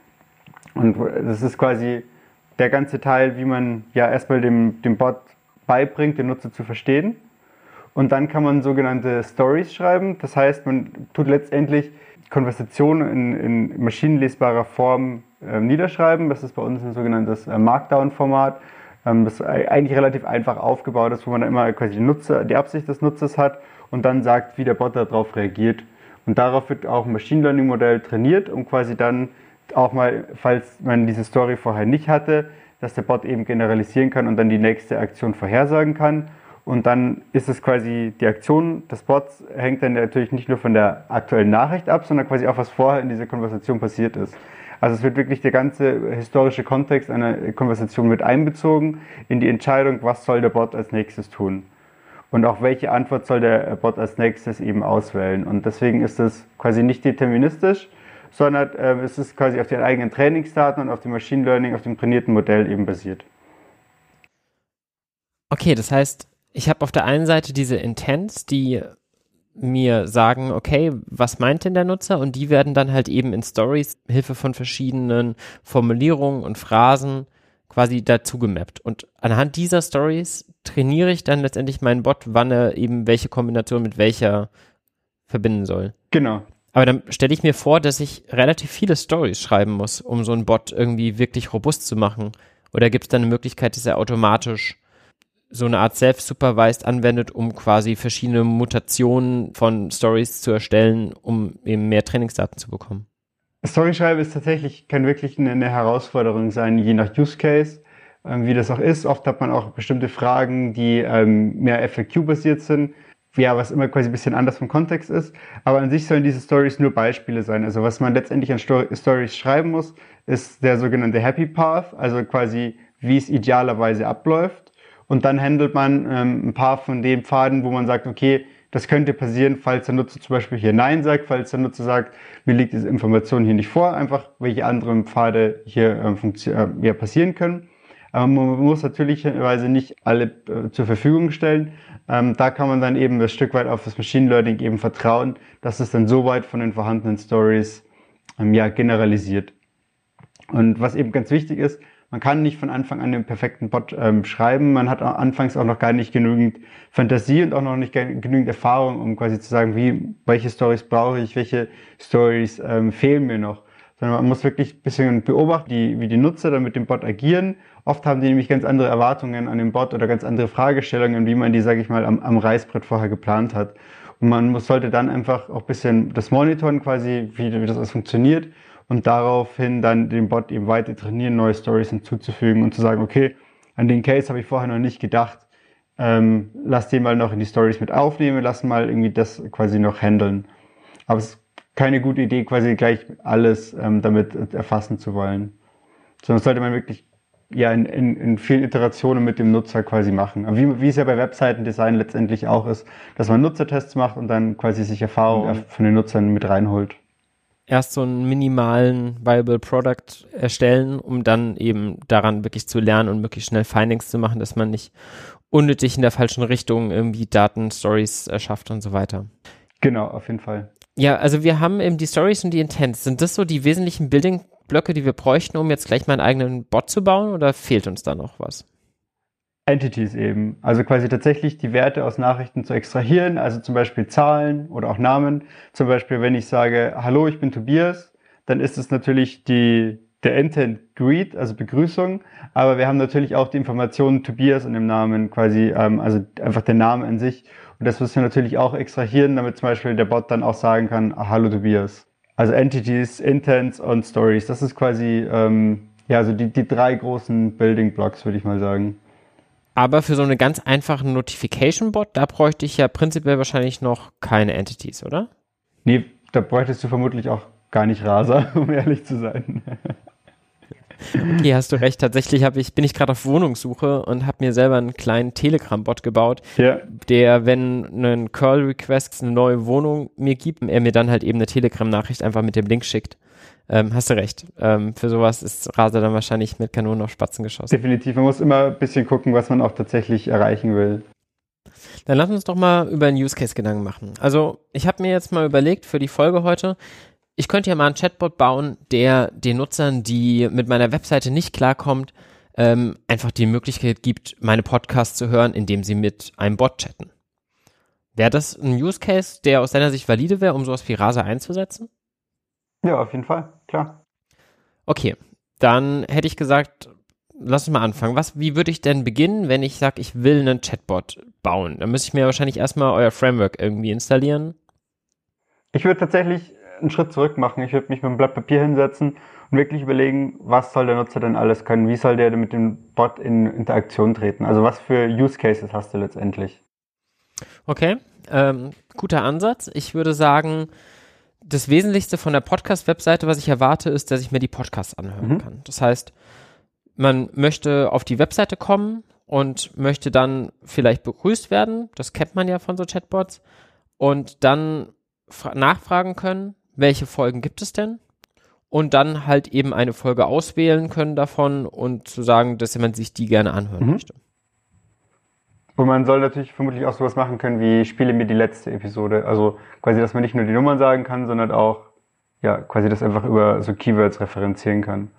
Und das ist quasi der ganze Teil, wie man ja erstmal dem, dem Bot beibringt, den Nutzer zu verstehen. Und dann kann man sogenannte Stories schreiben. Das heißt, man tut letztendlich Konversationen in, in maschinenlesbarer Form äh, niederschreiben. Das ist bei uns ein sogenanntes äh, Markdown-Format, ähm, das eigentlich relativ einfach aufgebaut ist, wo man dann immer quasi die, Nutzer, die Absicht des Nutzers hat und dann sagt, wie der Bot darauf reagiert. Und darauf wird auch ein Machine Learning-Modell trainiert, um quasi dann auch mal, falls man diese Story vorher nicht hatte, dass der Bot eben generalisieren kann und dann die nächste Aktion vorhersagen kann. Und dann ist es quasi, die Aktion des Bots hängt dann natürlich nicht nur von der aktuellen Nachricht ab, sondern quasi auch, was vorher in dieser Konversation passiert ist. Also es wird wirklich der ganze historische Kontext einer Konversation mit einbezogen in die Entscheidung, was soll der Bot als nächstes tun. Und auch welche Antwort soll der Bot als nächstes eben auswählen. Und deswegen ist es quasi nicht deterministisch, sondern äh, es ist quasi auf den eigenen Trainingsdaten und auf dem Machine Learning, auf dem trainierten Modell eben basiert. Okay, das heißt, ich habe auf der einen Seite diese Intents, die mir sagen, okay, was meint denn der Nutzer? Und die werden dann halt eben in Stories Hilfe von verschiedenen Formulierungen und Phrasen quasi dazu gemappt. Und anhand dieser Stories trainiere ich dann letztendlich meinen Bot, wann er eben welche Kombination mit welcher verbinden soll. Genau. Aber dann stelle ich mir vor, dass ich relativ viele Stories schreiben muss, um so einen Bot irgendwie wirklich robust zu machen. Oder gibt es da eine Möglichkeit, dass er automatisch so eine Art self-supervised anwendet, um quasi verschiedene Mutationen von Stories zu erstellen, um eben mehr Trainingsdaten zu bekommen? Storyschreiben ist tatsächlich, kann wirklich eine, eine Herausforderung sein, je nach Use Case, ähm, wie das auch ist. Oft hat man auch bestimmte Fragen, die ähm, mehr F A Q-basiert sind, ja, was immer quasi ein bisschen anders vom Kontext ist. Aber an sich sollen diese Stories nur Beispiele sein. Also was man letztendlich an Sto- Stories schreiben muss, ist der sogenannte Happy Path, also quasi wie es idealerweise abläuft. Und dann handelt man ähm, ein paar von den Pfaden, wo man sagt, okay, Das könnte passieren, falls der Nutzer zum Beispiel hier Nein sagt, falls der Nutzer sagt, mir liegt diese Information hier nicht vor, einfach welche anderen Pfade hier äh, funktio- äh, ja, passieren können. Aber man muss natürlicherweise nicht alle äh, zur Verfügung stellen. Ähm, da kann man dann eben ein Stück weit auf das Machine Learning eben vertrauen, dass es dann so weit von den vorhandenen Stories ähm, ja, generalisiert. Und was eben ganz wichtig ist, man kann nicht von Anfang an den perfekten Bot ähm, schreiben. Man hat anfangs auch noch gar nicht genügend Fantasie und auch noch nicht genügend Erfahrung, um quasi zu sagen, wie, welche Stories brauche ich, welche Stories ähm, fehlen mir noch. Sondern man muss wirklich ein bisschen beobachten, die, wie die Nutzer dann mit dem Bot agieren. Oft haben die nämlich ganz andere Erwartungen an den Bot oder ganz andere Fragestellungen, wie man die, sage ich mal, am, am Reißbrett vorher geplant hat. Und man muss, sollte dann einfach auch ein bisschen das monitoren quasi, wie, wie das alles funktioniert. Und daraufhin dann den Bot eben weiter trainieren, neue Stories hinzuzufügen und zu sagen, okay, an den Case habe ich vorher noch nicht gedacht, ähm, lass den mal noch in die Stories mit aufnehmen, lass mal irgendwie das quasi noch handeln. Aber es ist keine gute Idee, quasi gleich alles ähm, damit erfassen zu wollen. Sondern das sollte man wirklich ja in, in, in vielen Iterationen mit dem Nutzer quasi machen. Aber wie, wie es ja bei Webseitendesign letztendlich auch ist, dass man Nutzertests macht und dann quasi sich Erfahrungen von den Nutzern mit reinholt. Erst so einen minimalen Viable Product erstellen, um dann eben daran wirklich zu lernen und möglichst schnell Findings zu machen, dass man nicht unnötig in der falschen Richtung irgendwie Daten, Stories erschafft und so weiter. Genau, auf jeden Fall. Ja, also wir haben eben die Stories und die Intents. Sind das so die wesentlichen Building-Blöcke, die wir bräuchten, um jetzt gleich mal einen eigenen Bot zu bauen, oder fehlt uns da noch was? Entities eben, also quasi tatsächlich die Werte aus Nachrichten zu extrahieren, also zum Beispiel Zahlen oder auch Namen. Zum Beispiel, wenn ich sage, hallo, ich bin Tobias, dann ist es natürlich die, der Intent Greet, also Begrüßung, aber wir haben natürlich auch die Informationen Tobias in dem Namen quasi, ähm, also einfach der Name an sich. Und das müssen wir natürlich auch extrahieren, damit zum Beispiel der Bot dann auch sagen kann, ah, hallo Tobias. Also Entities, Intents und Stories, das ist quasi, ähm, ja, also die, die drei großen Building Blocks, würde ich mal sagen. Aber für so einen ganz einfachen Notification-Bot, da bräuchte ich ja prinzipiell wahrscheinlich noch keine Entities, oder? Nee, da bräuchtest du vermutlich auch gar nicht Rasa, um ehrlich zu sein. Okay, hast du recht. Tatsächlich hab ich, bin ich gerade auf Wohnungssuche und habe mir selber einen kleinen Telegram-Bot gebaut, Ja. der, wenn ein Curl-Request eine neue Wohnung mir gibt, er mir dann halt eben eine Telegram-Nachricht einfach mit dem Link schickt. Ähm, hast du recht. Ähm, für sowas ist Rasa dann wahrscheinlich mit Kanonen auf Spatzen geschossen. Definitiv. Man muss immer ein bisschen gucken, was man auch tatsächlich erreichen will. Dann lass uns doch mal über einen Use Case Gedanken machen. Also ich habe mir jetzt mal überlegt für die Folge heute, ich könnte ja mal einen Chatbot bauen, der den Nutzern, die mit meiner Webseite nicht klarkommt, ähm, einfach die Möglichkeit gibt, meine Podcasts zu hören, indem sie mit einem Bot chatten. Wäre das ein Use Case, der aus deiner Sicht valide wäre, um sowas wie Rasa einzusetzen? Ja, auf jeden Fall, klar. Okay, dann hätte ich gesagt, lass uns mal anfangen. Was, wie würde ich denn beginnen, wenn ich sage, ich will einen Chatbot bauen? Dann müsste ich mir wahrscheinlich erstmal euer Framework irgendwie installieren. Ich würde tatsächlich einen Schritt zurück machen. Ich würde mich mit einem Blatt Papier hinsetzen und wirklich überlegen, was soll der Nutzer denn alles können? Wie soll der mit dem Bot in Interaktion treten? Also was für Use Cases hast du letztendlich? Okay, ähm, guter Ansatz. Ich würde sagen, das Wesentlichste von der Podcast-Webseite, was ich erwarte, ist, dass ich mir die Podcasts anhören Mhm. kann. Das heißt, man möchte auf die Webseite kommen und möchte dann vielleicht begrüßt werden. Das kennt man ja von so Chatbots. Und dann fra- nachfragen können, welche Folgen gibt es denn? Und dann halt eben eine Folge auswählen können davon und zu sagen, dass man sich die gerne anhören Mhm. möchte. Und man soll natürlich vermutlich auch sowas machen können wie spiele mir die letzte Episode. Also quasi, dass man nicht nur die Nummern sagen kann, sondern auch ja quasi das einfach über so Keywords referenzieren kann.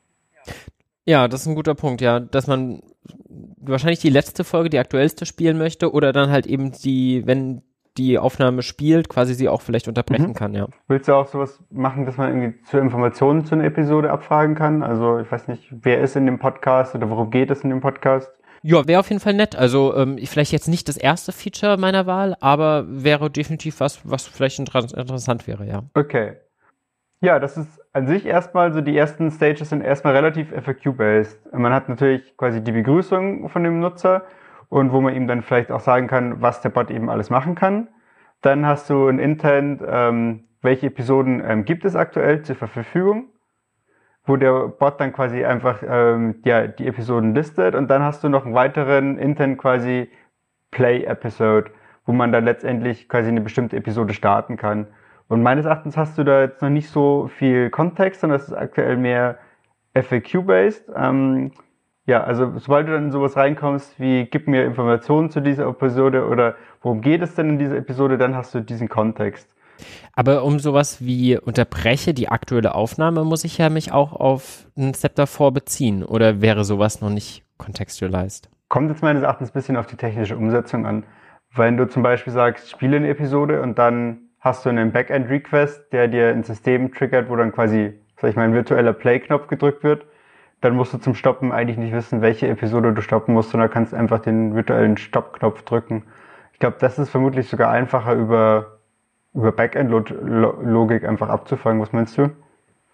Ja, das ist ein guter Punkt, ja, dass man wahrscheinlich die letzte Folge, die aktuellste spielen möchte oder dann halt eben die, wenn die Aufnahme spielt, quasi sie auch vielleicht unterbrechen Mhm. kann, ja. Willst du auch sowas machen, dass man irgendwie zur Informationen zu einer Episode abfragen kann? Also ich weiß nicht, wer ist in dem Podcast oder worum geht es in dem Podcast? Ja, wäre auf jeden Fall nett. Also ähm, vielleicht jetzt nicht das erste Feature meiner Wahl, aber wäre definitiv was, was vielleicht inter- interessant wäre, ja. Okay. Ja, das ist an sich erstmal so, die ersten Stages sind erstmal relativ F A Q-based. Man hat natürlich quasi die Begrüßung von dem Nutzer und wo man ihm dann vielleicht auch sagen kann, was der Bot eben alles machen kann. Dann hast du ein Intent, ähm, welche Episoden ähm, gibt es aktuell zur Verfügung, wo der Bot dann quasi einfach ähm, ja, die Episoden listet und dann hast du noch einen weiteren Intent quasi Play Episode, wo man dann letztendlich quasi eine bestimmte Episode starten kann. Und meines Erachtens hast du da jetzt noch nicht so viel Kontext, sondern das ist aktuell mehr F A Q-based. Ähm, ja, also sobald du dann in sowas reinkommst, wie gib mir Informationen zu dieser Episode oder worum geht es denn in dieser Episode, dann hast du diesen Kontext. Aber um sowas wie unterbreche die aktuelle Aufnahme, muss ich ja mich auch auf einen Step davor beziehen, oder wäre sowas noch nicht contextualized? Kommt jetzt meines Erachtens ein bisschen auf die technische Umsetzung an. Wenn du zum Beispiel sagst, spiele eine Episode und dann hast du einen Backend-Request, der dir ein System triggert, wo dann quasi, sag ich mal, ein virtueller Play-Knopf gedrückt wird, dann musst du zum Stoppen eigentlich nicht wissen, welche Episode du stoppen musst, sondern kannst einfach den virtuellen Stopp-Knopf drücken. Ich glaube, das ist vermutlich sogar einfacher über, über Backend-Logik einfach abzufangen. Was meinst du?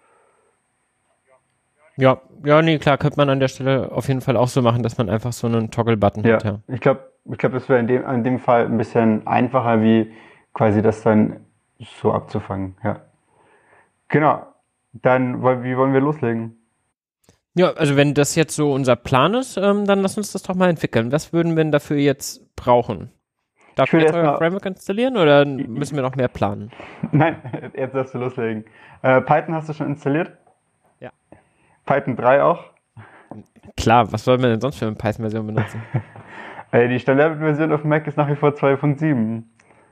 Ja, ja, nee, klar, könnte man an der Stelle auf jeden Fall auch so machen, dass man einfach so einen Toggle-Button ja, hat. Ja, ich glaube, ich glaube, das wäre in dem, in dem Fall ein bisschen einfacher, wie quasi das dann so abzufangen. Ja. Genau. Dann, wie wollen wir loslegen? Ja, also wenn das jetzt so unser Plan ist, ähm, dann lass uns das doch mal entwickeln. Was würden wir denn dafür jetzt brauchen? Darf ich jetzt euer Framework installieren oder müssen wir noch mehr planen? Nein, jetzt darfst du loslegen. Äh, Python hast du schon installiert? Ja. Python drei auch? Klar, was soll man denn sonst für eine Python-Version benutzen? äh, die Standardversion auf Mac ist nach wie vor zwei Punkt sieben.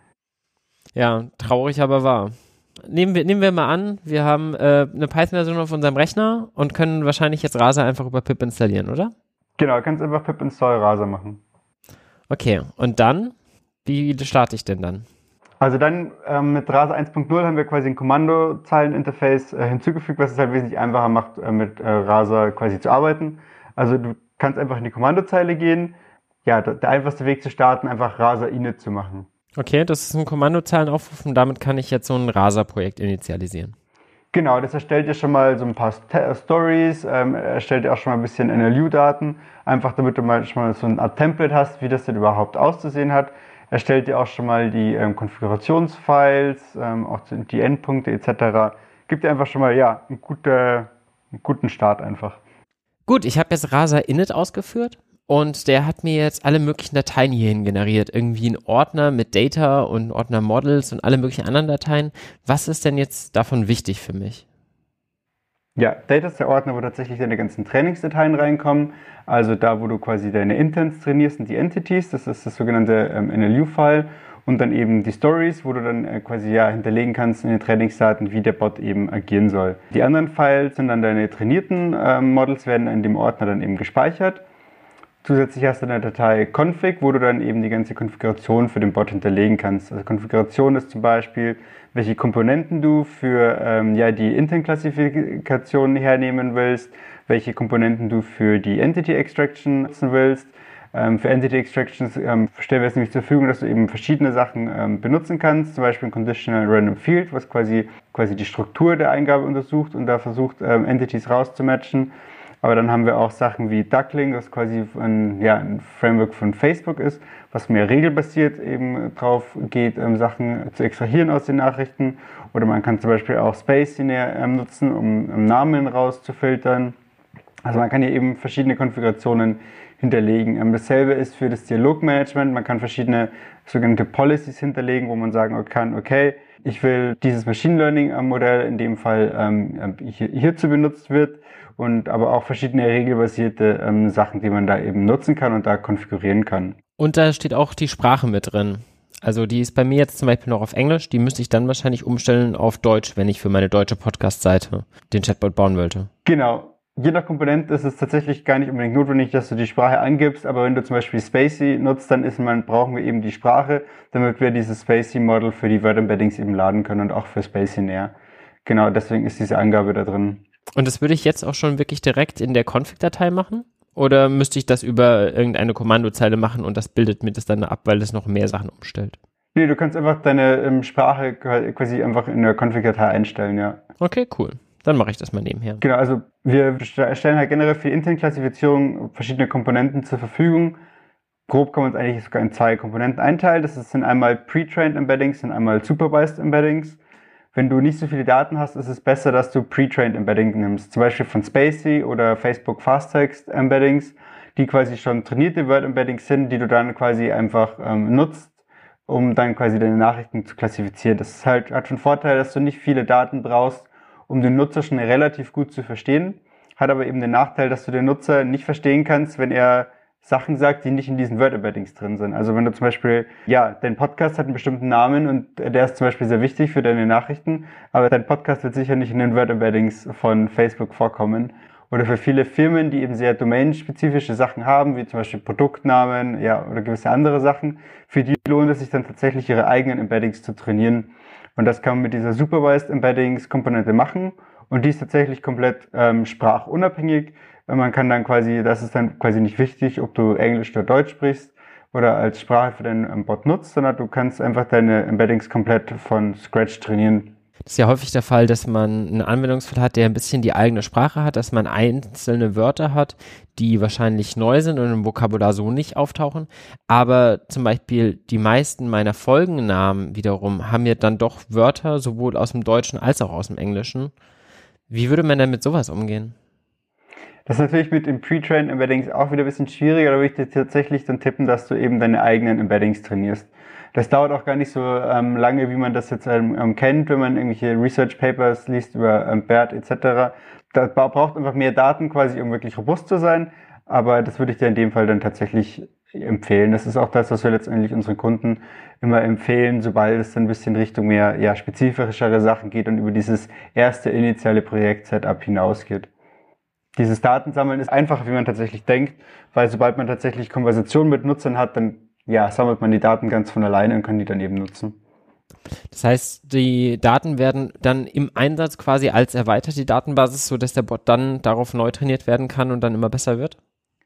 Ja, traurig, aber wahr. Nehmen wir, nehmen wir mal an, wir haben äh, eine Python-Version auf unserem Rechner und können wahrscheinlich jetzt Rasa einfach über pip installieren, oder? Genau, kannst einfach pip install Rasa machen. Okay, und dann? Wie starte ich denn dann? Also dann ähm, mit Rasa eins Punkt null haben wir quasi ein Kommandozeilen-Interface äh, hinzugefügt, was es halt wesentlich einfacher macht, äh, mit äh, Rasa quasi zu arbeiten. Also du kannst einfach in die Kommandozeile gehen. Ja, der, der einfachste Weg zu starten, einfach Rasa init zu machen. Okay, das ist ein Kommandozeilenaufruf und damit kann ich jetzt so ein Rasa-Projekt initialisieren. Genau, das erstellt dir schon mal so ein paar St- Stories, ähm, erstellt dir auch schon mal ein bisschen N L U-Daten, einfach damit du mal schon mal so eine Art Template hast, wie das denn überhaupt auszusehen hat. Erstellt dir auch schon mal die ähm, Konfigurationsfiles, ähm, auch die Endpunkte et cetera. Gibt dir einfach schon mal ja einen, gute, einen guten Start einfach. Gut, ich habe jetzt Rasa init ausgeführt. Und der hat mir jetzt alle möglichen Dateien hierhin generiert. Irgendwie ein Ordner mit Data und ein Ordner Models und alle möglichen anderen Dateien. Was ist denn jetzt davon wichtig für mich? Ja, Data ist der Ordner, wo tatsächlich deine ganzen Trainingsdateien reinkommen. Also da, wo du quasi deine Intents trainierst und die Entities. Das ist das sogenannte ähm, N L U-File. Und dann eben die Stories, wo du dann äh, quasi ja hinterlegen kannst in den Trainingsdaten, wie der Bot eben agieren soll. Die anderen Files sind dann deine trainierten ähm, Models, werden in dem Ordner dann eben gespeichert. Zusätzlich hast du eine Datei config, wo du dann eben die ganze Konfiguration für den Bot hinterlegen kannst. Also Konfiguration ist zum Beispiel, welche Komponenten du für ähm, ja, die Intent-Klassifikation hernehmen willst, welche Komponenten du für die Entity-Extraction nutzen willst. Ähm, für Entity-Extractions ähm, stellen wir es nämlich zur Verfügung, dass du eben verschiedene Sachen ähm, benutzen kannst, zum Beispiel ein Conditional Random Field, was quasi, quasi die Struktur der Eingabe untersucht und da versucht, ähm, Entities rauszumatchen. Aber dann haben wir auch Sachen wie Duckling, was quasi ein, ja, ein Framework von Facebook ist, was mehr regelbasiert eben drauf geht, ähm, Sachen zu extrahieren aus den Nachrichten. Oder man kann zum Beispiel auch Space ähm, nutzen, um, um Namen rauszufiltern. Also man kann hier eben verschiedene Konfigurationen hinterlegen. Ähm, dasselbe ist für das Dialogmanagement. Man kann verschiedene sogenannte Policies hinterlegen, wo man sagen kann, okay, ich will dieses Machine Learning Modell in dem Fall ähm, hier, hierzu benutzt wird. Und aber auch verschiedene regelbasierte ähm, Sachen, die man da eben nutzen kann und da konfigurieren kann. Und da steht auch die Sprache mit drin. Also die ist bei mir jetzt zum Beispiel noch auf Englisch, die müsste ich dann wahrscheinlich umstellen auf Deutsch, wenn ich für meine deutsche Podcast-Seite den Chatbot bauen wollte. Genau. Je nach Komponente ist es tatsächlich gar nicht unbedingt notwendig, dass du die Sprache angibst, aber wenn du zum Beispiel Spacy nutzt, dann ist man, brauchen wir eben die Sprache, damit wir dieses Spacy-Model für die Word-Embeddings eben laden können und auch für Spacy näher. Genau, deswegen ist diese Angabe da drin. Und das würde ich jetzt auch schon wirklich direkt in der Config-Datei machen? Oder müsste ich das über irgendeine Kommandozeile machen und das bildet mir das dann ab, weil es noch mehr Sachen umstellt? Nee, du kannst einfach deine ähm, Sprache quasi einfach in der Config-Datei einstellen, ja. Okay, cool. Dann mache ich das mal nebenher. Genau, also wir stellen halt generell für die Intent-Klassifizierung verschiedene Komponenten zur Verfügung. Grob kann man es eigentlich sogar in zwei Komponenten einteilen. Das sind einmal Pre-Trained Embeddings und einmal Supervised Embeddings. Wenn du nicht so viele Daten hast, ist es besser, dass du Pre-Trained Embedding nimmst. Zum Beispiel von Spacy oder Facebook Fast Text Embeddings, die quasi schon trainierte Word Embeddings sind, die du dann quasi einfach ähm, nutzt, um dann quasi deine Nachrichten zu klassifizieren. Das ist halt, hat schon Vorteil, dass du nicht viele Daten brauchst, um den Nutzer schon relativ gut zu verstehen. Hat aber eben den Nachteil, dass du den Nutzer nicht verstehen kannst, wenn er Sachen sagt, die nicht in diesen Word-Embeddings drin sind. Also wenn du zum Beispiel, ja, dein Podcast hat einen bestimmten Namen und der ist zum Beispiel sehr wichtig für deine Nachrichten, aber dein Podcast wird sicher nicht in den Word-Embeddings von Facebook vorkommen. Oder für viele Firmen, die eben sehr domainspezifische Sachen haben, wie zum Beispiel Produktnamen, ja, oder gewisse andere Sachen, für die lohnt es sich dann tatsächlich, ihre eigenen Embeddings zu trainieren. Und das kann man mit dieser Supervised Embeddings Komponente machen. Und die ist tatsächlich komplett ähm, sprachunabhängig. Man kann dann quasi, das ist dann quasi nicht wichtig, ob du Englisch oder Deutsch sprichst oder als Sprache für deinen ähm, Bot nutzt, sondern du kannst einfach deine Embeddings komplett von Scratch trainieren. Das ist ja häufig der Fall, dass man einen Anwendungsfall hat, der ein bisschen die eigene Sprache hat, dass man einzelne Wörter hat, die wahrscheinlich neu sind und im Vokabular so nicht auftauchen. Aber zum Beispiel die meisten meiner Folgennamen wiederum haben ja dann doch Wörter sowohl aus dem Deutschen als auch aus dem Englischen. Wie würde man denn mit sowas umgehen? Das ist natürlich mit den Pre-Trained Embeddings auch wieder ein bisschen schwieriger. Da würde ich dir tatsächlich dann tippen, dass du eben deine eigenen Embeddings trainierst. Das dauert auch gar nicht so ähm, lange, wie man das jetzt ähm, kennt, wenn man irgendwelche Research Papers liest über ähm, BERT et cetera. Da braucht einfach mehr Daten quasi, um wirklich robust zu sein. Aber das würde ich dir in dem Fall dann tatsächlich empfehlen. Das ist auch das, was wir letztendlich unseren Kunden immer empfehlen, sobald es dann ein bisschen Richtung mehr ja, spezifischere Sachen geht und über dieses erste initiale Projekt-Setup hinausgeht. Dieses Datensammeln ist einfacher, wie man tatsächlich denkt, weil sobald man tatsächlich Konversationen mit Nutzern hat, dann ja, sammelt man die Daten ganz von alleine und kann die dann eben nutzen. Das heißt, die Daten werden dann im Einsatz quasi als erweiterte Datenbasis, sodass der Bot dann darauf neu trainiert werden kann und dann immer besser wird?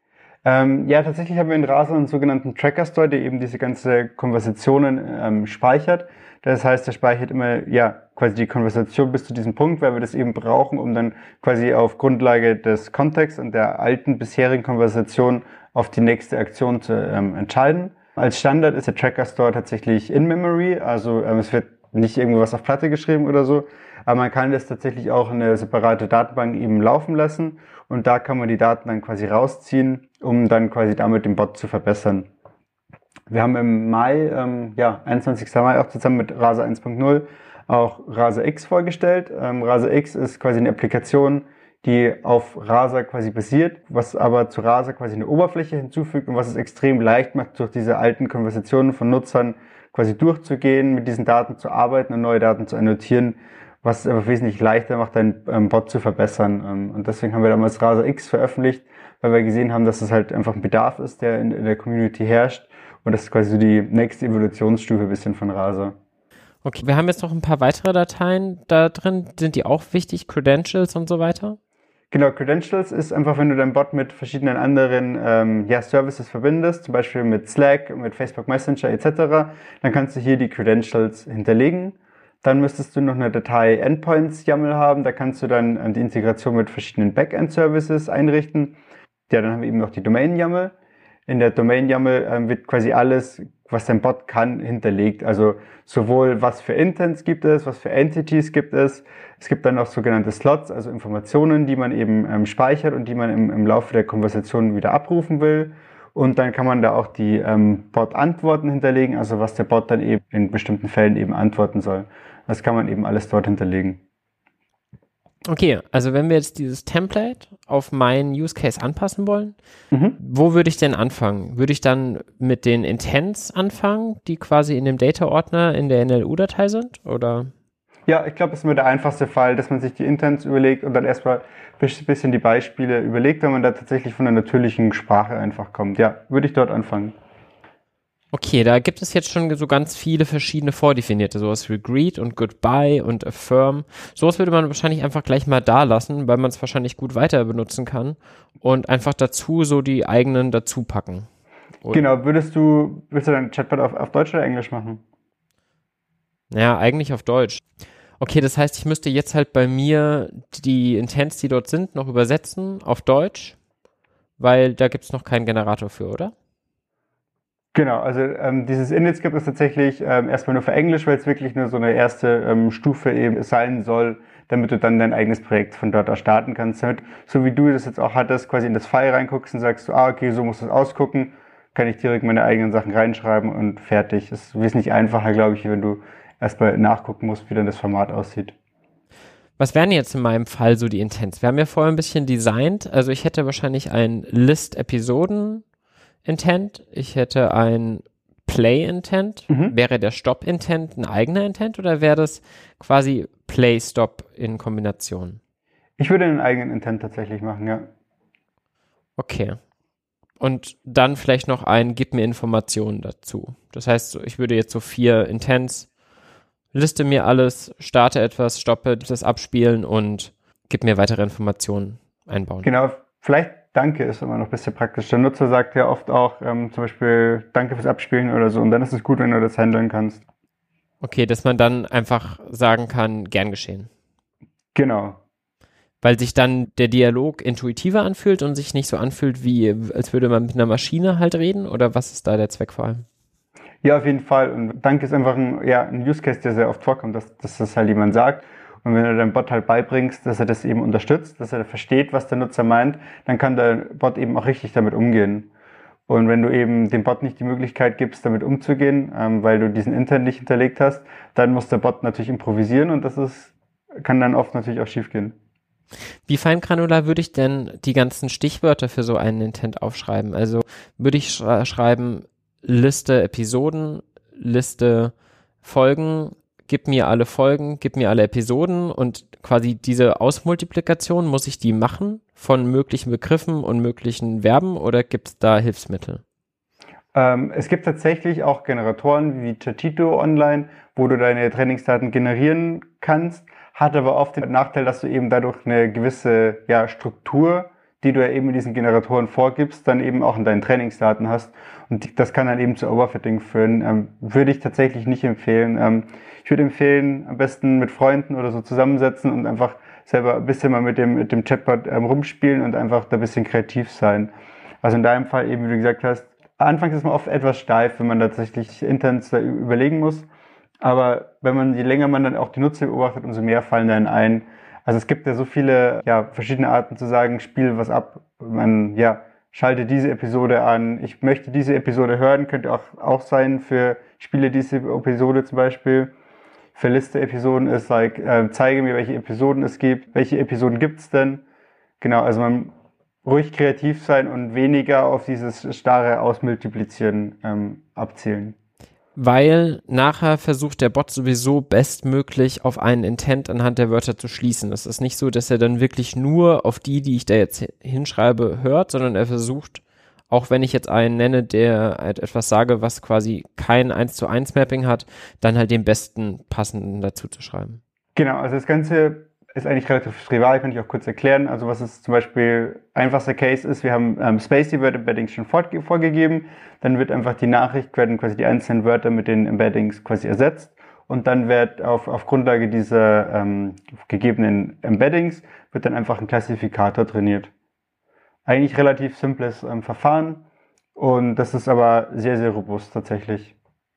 Ähm, ja, tatsächlich haben wir in Rasa einen sogenannten Tracker Store, der eben diese ganze Konversationen ähm, speichert. Das heißt, der speichert immer ja quasi die Konversation bis zu diesem Punkt, weil wir das eben brauchen, um dann quasi auf Grundlage des Kontexts und der alten bisherigen Konversation auf die nächste Aktion zu ähm, entscheiden. Als Standard ist der Tracker Store tatsächlich in Memory, also ähm, es wird nicht irgendwas auf Platte geschrieben oder so, aber man kann das tatsächlich auch in eine separate Datenbank eben laufen lassen und da kann man die Daten dann quasi rausziehen, um dann quasi damit den Bot zu verbessern. Wir haben im Mai, ähm, ja, einundzwanzigsten Mai auch zusammen mit Rasa eins Punkt null auch Rasa X vorgestellt. Ähm, Rasa X ist quasi eine Applikation, die auf Rasa quasi basiert, was aber zu Rasa quasi eine Oberfläche hinzufügt und was es extrem leicht macht, durch diese alten Konversationen von Nutzern quasi durchzugehen, mit diesen Daten zu arbeiten und neue Daten zu annotieren, was es aber wesentlich leichter macht, deinen ähm, Bot zu verbessern. Ähm, und deswegen haben wir damals Rasa X veröffentlicht, weil wir gesehen haben, dass es halt einfach ein Bedarf ist, der in, in der Community herrscht und das ist quasi so die nächste Evolutionsstufe ein bisschen von Rasa. Okay, wir haben jetzt noch ein paar weitere Dateien da drin. Sind die auch wichtig? Credentials und so weiter? Genau, Credentials ist einfach, wenn du deinen Bot mit verschiedenen anderen ähm, ja, Services verbindest, zum Beispiel mit Slack, mit Facebook Messenger et cetera, dann kannst du hier die Credentials hinterlegen. Dann müsstest du noch eine Datei Endpoints-YAML haben, da kannst du dann ähm, die Integration mit verschiedenen Backend-Services einrichten. Ja, dann haben wir eben noch die Domain-YAML. In der Domain-YAML ähm, wird quasi alles, was dein Bot kann, hinterlegt. Also sowohl was für Intents gibt es, was für Entities gibt es. Es gibt dann auch sogenannte Slots, also Informationen, die man eben ähm, speichert und die man im, im Laufe der Konversation wieder abrufen will. Und dann kann man da auch die ähm, Bot-Antworten hinterlegen, also was der Bot dann eben in bestimmten Fällen eben antworten soll. Das kann man eben alles dort hinterlegen. Okay, also wenn wir jetzt dieses Template auf meinen Use Case anpassen wollen, Mhm. wo würde ich denn anfangen? Würde ich dann mit den Intents anfangen, die quasi in dem Data-Ordner in der N L U-Datei sind, oder? Ja, ich glaube, das ist immer der einfachste Fall, dass man sich die Intents überlegt und dann erstmal ein bisschen die Beispiele überlegt, wenn man da tatsächlich von der natürlichen Sprache einfach kommt. Ja, würde ich dort anfangen. Okay, da gibt es jetzt schon so ganz viele verschiedene vordefinierte, sowas wie Greet und Goodbye und Affirm. Sowas würde man wahrscheinlich einfach gleich mal da lassen, weil man es wahrscheinlich gut weiter benutzen kann und einfach dazu so die eigenen dazu packen. Oder? Genau, würdest du, willst du deinen Chatbot auf, auf Deutsch oder Englisch machen? Ja, eigentlich auf Deutsch. Okay, das heißt, ich müsste jetzt halt bei mir die Intents, die dort sind, noch übersetzen auf Deutsch, weil da gibt es noch keinen Generator für, oder? Genau, also ähm, dieses Init-Skript ist tatsächlich ähm, erstmal nur für Englisch, weil es wirklich nur so eine erste ähm, Stufe eben sein soll, damit du dann dein eigenes Projekt von dort aus starten kannst. Damit, so wie du das jetzt auch hattest, quasi in das File reinguckst und sagst, so, ah, okay, so muss das ausgucken, kann ich direkt meine eigenen Sachen reinschreiben und fertig. Es ist wesentlich einfacher, glaube ich, wenn du erstmal nachgucken musst, wie dann das Format aussieht. Was wären jetzt in meinem Fall so die Intents? Wir haben ja vorher ein bisschen designt, also ich hätte wahrscheinlich ein List-Episoden-Intent, ich hätte ein Play-Intent. Mhm. Wäre der Stop-Intent ein eigener Intent oder wäre das quasi Play-Stop in Kombination? Ich würde einen eigenen Intent tatsächlich machen, ja. Okay. Und dann vielleicht noch ein, gib mir Informationen dazu. Das heißt, ich würde jetzt so vier Intents, liste mir alles, starte etwas, stoppe das Abspielen und gib mir weitere Informationen einbauen. Genau, vielleicht Danke ist immer noch ein bisschen praktisch. Der Nutzer sagt ja oft auch ähm, zum Beispiel Danke fürs Abspielen oder so und dann ist es gut, wenn du das handeln kannst. Okay, dass man dann einfach sagen kann, gern geschehen. Genau. Weil sich dann der Dialog intuitiver anfühlt und sich nicht so anfühlt, wie als würde man mit einer Maschine halt reden? Oder was ist da der Zweck vor allem? Ja, auf jeden Fall. Und Danke ist einfach ein, ja, ein Use Case, der sehr oft vorkommt, dass, dass das halt jemand sagt. Und wenn du deinem Bot halt beibringst, dass er das eben unterstützt, dass er versteht, was der Nutzer meint, dann kann der Bot eben auch richtig damit umgehen. Und wenn du eben dem Bot nicht die Möglichkeit gibst, damit umzugehen, ähm, weil du diesen Intent nicht hinterlegt hast, dann muss der Bot natürlich improvisieren und das ist, kann dann oft natürlich auch schiefgehen. Wie feingranular würde ich denn die ganzen Stichwörter für so einen Intent aufschreiben? Also würde ich sch- schreiben, Liste Episoden, Liste Folgen, gib mir alle Folgen, gib mir alle Episoden und quasi diese Ausmultiplikation, muss ich die machen von möglichen Begriffen und möglichen Verben oder gibt es da Hilfsmittel? Ähm, es gibt tatsächlich auch Generatoren wie Chatito online, wo du deine Trainingsdaten generieren kannst, hat aber oft den Nachteil, dass du eben dadurch eine gewisse ja, Struktur, die du ja eben in diesen Generatoren vorgibst, dann eben auch in deinen Trainingsdaten hast. Und das kann dann eben zu Overfitting führen. Ähm, würde ich tatsächlich nicht empfehlen. Ähm, ich würde empfehlen, am besten mit Freunden oder so zusammensetzen und einfach selber ein bisschen mal mit dem, mit dem Chatbot ähm, rumspielen und einfach da ein bisschen kreativ sein. Also in deinem Fall eben, wie du gesagt hast, anfangs ist man oft etwas steif, wenn man tatsächlich intens da überlegen muss. Aber wenn man, je länger man dann auch die Nutzer beobachtet, umso mehr fallen dann ein. Also es gibt ja so viele, ja, verschiedene Arten zu sagen, spiel was ab. Man, ja, schalte diese Episode an. Ich möchte diese Episode hören, könnte auch, auch sein für Spiele diese Episode zum Beispiel. Für Liste Episoden ist like, äh, zeige mir, welche Episoden es gibt. Welche Episoden gibt's denn? Genau, also man ruhig kreativ sein und weniger auf dieses starre Ausmultiplizieren ähm, abzielen. Weil nachher versucht der Bot sowieso bestmöglich auf einen Intent anhand der Wörter zu schließen. Es ist nicht so, dass er dann wirklich nur auf die, die ich da jetzt hinschreibe, hört, sondern er versucht, auch wenn ich jetzt einen nenne, der halt etwas sage, was quasi kein eins zu eins Mapping hat, dann halt den besten passenden dazu zu schreiben. Genau, also das Ganze ist eigentlich relativ trivial, kann ich auch kurz erklären. Also was ist zum Beispiel einfachster Case ist, wir haben ähm, Spacey Word Embeddings schon vorge- vorgegeben, dann wird einfach die Nachricht, werden quasi die einzelnen Wörter mit den Embeddings quasi ersetzt und dann wird auf, auf Grundlage dieser ähm, gegebenen Embeddings wird dann einfach ein Klassifikator trainiert. Eigentlich relativ simples ähm, Verfahren und das ist aber sehr, sehr robust tatsächlich.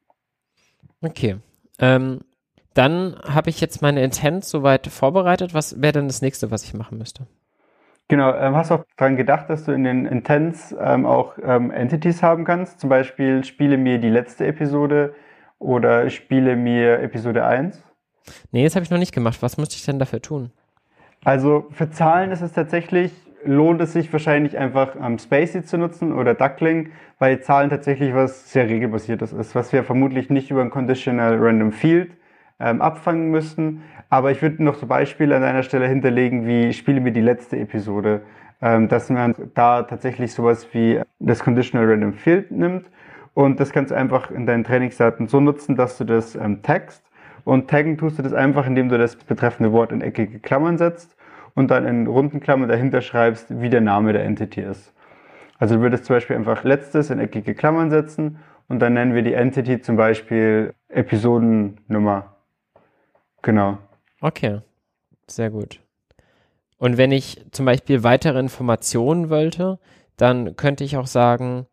Okay, ähm dann habe ich jetzt meine Intents soweit vorbereitet. Was wäre denn das nächste, was ich machen müsste? Genau, ähm, hast du auch daran gedacht, dass du in den Intents ähm, auch ähm, Entities haben kannst? Zum Beispiel spiele mir die letzte Episode oder spiele mir Episode eins? Nee, das habe ich noch nicht gemacht. Was müsste ich denn dafür tun? Also für Zahlen ist es tatsächlich, lohnt es sich wahrscheinlich einfach ähm, Spacey zu nutzen oder Duckling, weil Zahlen tatsächlich was sehr regelbasiertes ist, was wir vermutlich nicht über ein Conditional Random Field Ähm, abfangen müssten. Aber ich würde noch so Beispiele an einer Stelle hinterlegen, wie spiele mir die letzte Episode, ähm, dass man da tatsächlich sowas wie das Conditional Random Field nimmt und das kannst du einfach in deinen Trainingsdaten so nutzen, dass du das ähm, taggst und taggen tust du das einfach, indem du das betreffende Wort in eckige Klammern setzt und dann in runden Klammern dahinter schreibst, wie der Name der Entity ist. Also du würdest zum Beispiel einfach letztes in eckige Klammern setzen und dann nennen wir die Entity zum Beispiel Episodennummer. Genau. Okay, sehr gut. Und wenn ich zum Beispiel weitere Informationen wollte, dann könnte ich auch sagen,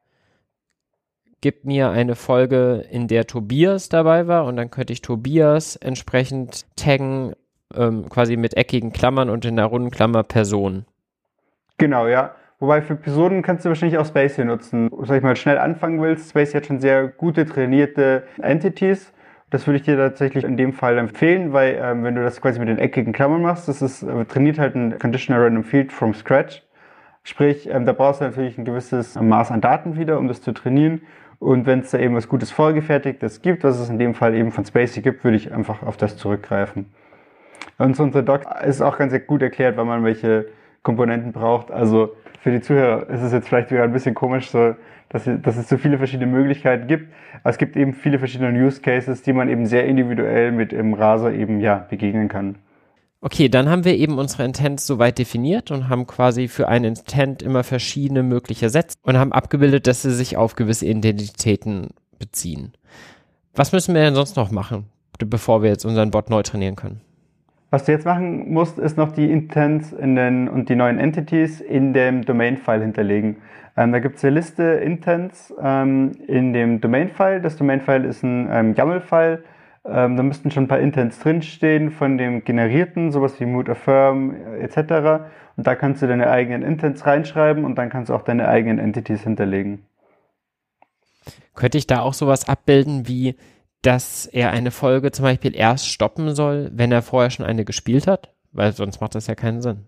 gib mir eine Folge, in der Tobias dabei war und dann könnte ich Tobias entsprechend taggen, ähm, quasi mit eckigen Klammern und in der runden Klammer Person. Genau, ja. Wobei für Episoden kannst du wahrscheinlich auch Spacie nutzen. Sag ich mal, schnell anfangen willst, Spacie hat schon sehr gute, trainierte Entities. Das würde ich dir tatsächlich in dem Fall empfehlen, weil ähm, wenn du das quasi mit den eckigen Klammern machst, das ist, äh, trainiert halt ein Conditional Random Field from scratch. Sprich, ähm, da brauchst du natürlich ein gewisses Maß an Daten wieder, um das zu trainieren. Und wenn es da eben was Gutes vorgefertigtes gibt, was es in dem Fall eben von Spacie gibt, würde ich einfach auf das zurückgreifen. Und so unser Doc ist auch ganz gut erklärt, wann man welche Komponenten braucht. Also für die Zuhörer ist es jetzt vielleicht wieder ein bisschen komisch, so, dass, dass es so viele verschiedene Möglichkeiten gibt. Aber es gibt eben viele verschiedene Use Cases, die man eben sehr individuell mit im Raser eben ja begegnen kann. Okay, dann haben wir eben unsere Intents soweit definiert und haben quasi für ein Intent immer verschiedene mögliche Sätze und haben abgebildet, dass sie sich auf gewisse Identitäten beziehen. Was müssen wir denn sonst noch machen, bevor wir jetzt unseren Bot neu trainieren können? Was du jetzt machen musst, ist noch die Intents in den, und die neuen Entities in dem Domain-File hinterlegen. Ähm, da gibt es eine Liste Intents ähm, in dem Domain-File. Das Domain-File ist ein ähm, YAML-File. Ähm, da müssten schon ein paar Intents drinstehen von dem generierten, sowas wie mood affirm et cetera. Und da kannst du deine eigenen Intents reinschreiben und dann kannst du auch deine eigenen Entities hinterlegen. Könnte ich da auch sowas abbilden wie, dass er eine Folge zum Beispiel erst stoppen soll, wenn er vorher schon eine gespielt hat? Weil sonst macht das ja keinen Sinn.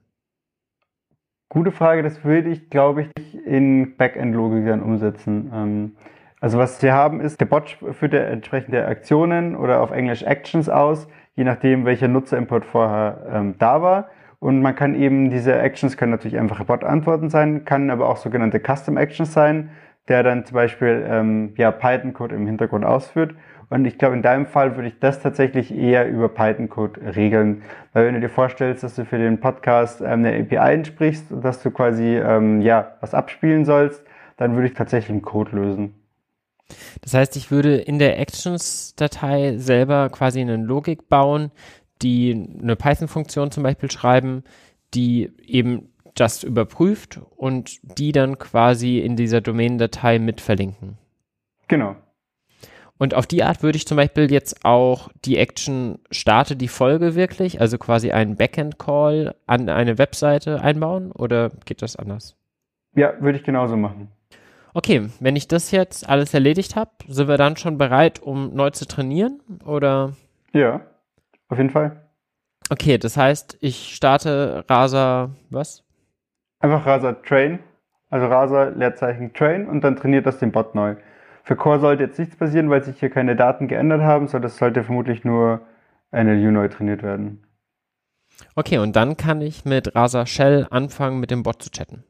Gute Frage, das würde ich, glaube ich, in Backend-Logik dann umsetzen. Ähm, also was wir haben ist, der Bot führt ja entsprechende Aktionen oder auf Englisch Actions aus, je nachdem, welcher Nutzerinput vorher ähm, da war. Und man kann eben, diese Actions können natürlich einfache Bot-Antworten sein, kann aber auch sogenannte Custom-Actions sein, der dann zum Beispiel ähm, ja, Python-Code im Hintergrund ausführt. Und ich glaube, in deinem Fall würde ich das tatsächlich eher über Python-Code regeln. Weil wenn du dir vorstellst, dass du für den Podcast ähm, eine A P I entsprichst und dass du quasi ähm, ja, was abspielen sollst, dann würde ich tatsächlich einen Code lösen. Das heißt, ich würde in der Actions-Datei selber quasi eine Logik bauen, die eine Python-Funktion zum Beispiel schreiben, die eben das überprüft und die dann quasi in dieser Domain-Datei mit verlinken. Genau. Und auf die Art würde ich zum Beispiel jetzt auch die Action starte die Folge wirklich, also quasi einen Backend-Call an eine Webseite einbauen oder geht das anders? Ja, würde ich genauso machen. Okay, wenn ich das jetzt alles erledigt habe, sind wir dann schon bereit, um neu zu trainieren oder? Ja, auf jeden Fall. Okay, das heißt, ich starte Raser, was? Einfach Raser Train, also Raser Leerzeichen Train und dann trainiert das den Bot neu. Für Core sollte jetzt nichts passieren, weil sich hier keine Daten geändert haben, sondern das sollte vermutlich nur N L U neu trainiert werden. Okay, und dann kann ich mit Raser Shell anfangen, mit dem Bot zu chatten.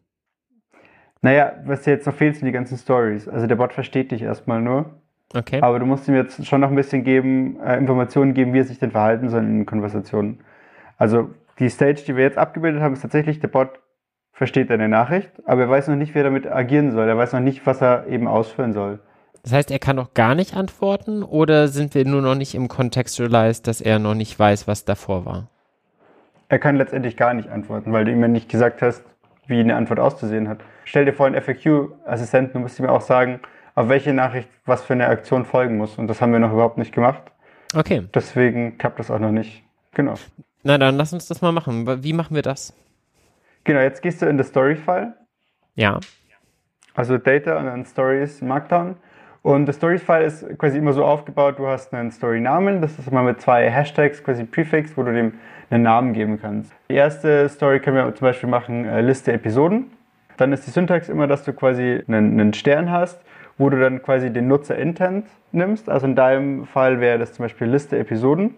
Naja, was dir jetzt noch fehlt, sind die ganzen Stories. Also der Bot versteht dich erstmal nur. Okay. Aber du musst ihm jetzt schon noch ein bisschen geben, äh, Informationen geben, wie er sich denn verhalten soll in den Konversationen. Also die Stage, die wir jetzt abgebildet haben, ist tatsächlich, der Bot versteht deine Nachricht, aber er weiß noch nicht, wie er damit agieren soll. Er weiß noch nicht, was er eben ausführen soll. Das heißt, er kann noch gar nicht antworten oder sind wir nur noch nicht im Contextualized, dass er noch nicht weiß, was davor war? Er kann letztendlich gar nicht antworten, weil du ihm ja nicht gesagt hast, wie eine Antwort auszusehen hat. Stell dir vor, einen F A Q-Assistenten, du musst ihm auch sagen, auf welche Nachricht was für eine Aktion folgen muss. Und das haben wir noch überhaupt nicht gemacht. Okay. Deswegen klappt das auch noch nicht. Genau. Na dann lass uns das mal machen. Wie machen wir das? Genau, jetzt gehst du in das Story-File. Ja. Also Data und dann Stories Markdown. Und das Stories-File ist quasi immer so aufgebaut, du hast einen Story-Namen, das ist immer mit zwei Hashtags, quasi Prefix, wo du dem einen Namen geben kannst. Die erste Story können wir zum Beispiel machen, äh, Liste Episoden. Dann ist die Syntax immer, dass du quasi einen, einen Stern hast, wo du dann quasi den Nutzer-Intent nimmst. Also in deinem Fall wäre das zum Beispiel Liste Episoden.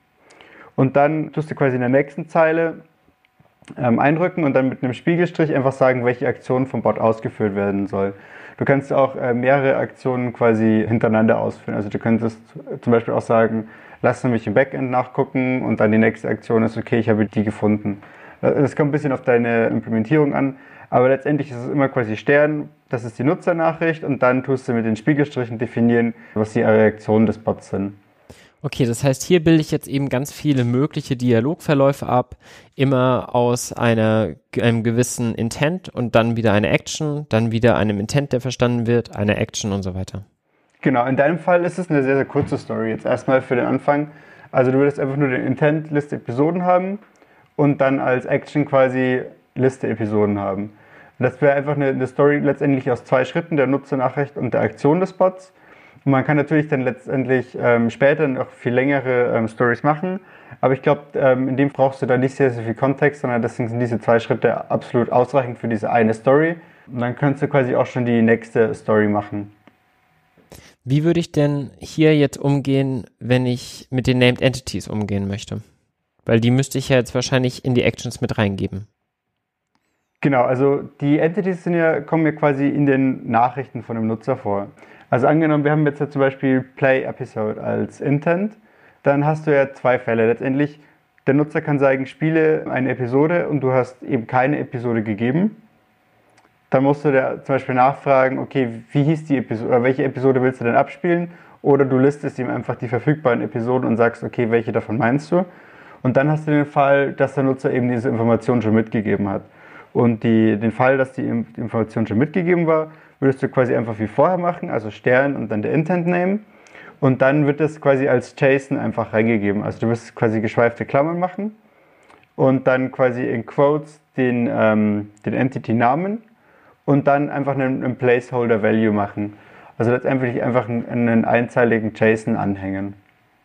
Und dann tust du quasi in der nächsten Zeile ähm, einrücken und dann mit einem Spiegelstrich einfach sagen, welche Aktion vom Bot ausgeführt werden soll. Du kannst auch äh, mehrere Aktionen quasi hintereinander ausführen. Also du könntest zum Beispiel auch sagen, lass mich im Backend nachgucken und dann die nächste Aktion ist, okay, ich habe die gefunden. Das kommt ein bisschen auf deine Implementierung an, aber letztendlich ist es immer quasi Stern, das ist die Nutzernachricht und dann tust du mit den Spiegelstrichen definieren, was die Reaktionen des Bots sind. Okay, das heißt, hier bilde ich jetzt eben ganz viele mögliche Dialogverläufe ab, immer aus einer, einem gewissen Intent und dann wieder eine Action, dann wieder einem Intent, der verstanden wird, eine Action und so weiter. Genau, in deinem Fall ist es eine sehr, sehr kurze Story jetzt erstmal für den Anfang. Also du würdest einfach nur den Intent Liste Episoden haben und dann als Action quasi Liste Episoden haben. Und das wäre einfach eine, eine Story letztendlich aus zwei Schritten, der Nutzernachricht und der Aktion des Bots. Und man kann natürlich dann letztendlich ähm, später noch viel längere ähm, Stories machen. Aber ich glaube, ähm, in dem brauchst du da nicht sehr, sehr viel Kontext, sondern deswegen sind diese zwei Schritte absolut ausreichend für diese eine Story. Und dann könntest du quasi auch schon die nächste Story machen. Wie würde ich denn hier jetzt umgehen, wenn ich mit den Named Entities umgehen möchte? Weil die müsste ich ja jetzt wahrscheinlich in die Actions mit reingeben. Genau, also die Entities sind ja, kommen ja quasi in den Nachrichten von dem Nutzer vor. Also angenommen, wir haben jetzt ja zum Beispiel Play Episode als Intent, dann hast du ja zwei Fälle. Letztendlich, der Nutzer kann sagen, spiele eine Episode und du hast eben keine Episode gegeben. Dann musst du da zum Beispiel nachfragen, okay, wie hieß die Episode, oder welche Episode willst du denn abspielen? Oder du listest ihm einfach die verfügbaren Episoden und sagst, okay, welche davon meinst du? Und dann hast du den Fall, dass der Nutzer eben diese Information schon mitgegeben hat. Und die, den Fall, dass die Information schon mitgegeben war, würdest du quasi einfach wie vorher machen, also Stern und dann der Intent Name. Und dann wird das quasi als JSON einfach reingegeben. Also du wirst quasi geschweifte Klammern machen und dann quasi in Quotes den, ähm, den Entity-Namen und dann einfach einen, einen Placeholder-Value machen. Also letztendlich einfach einen, einen einzeiligen JSON anhängen.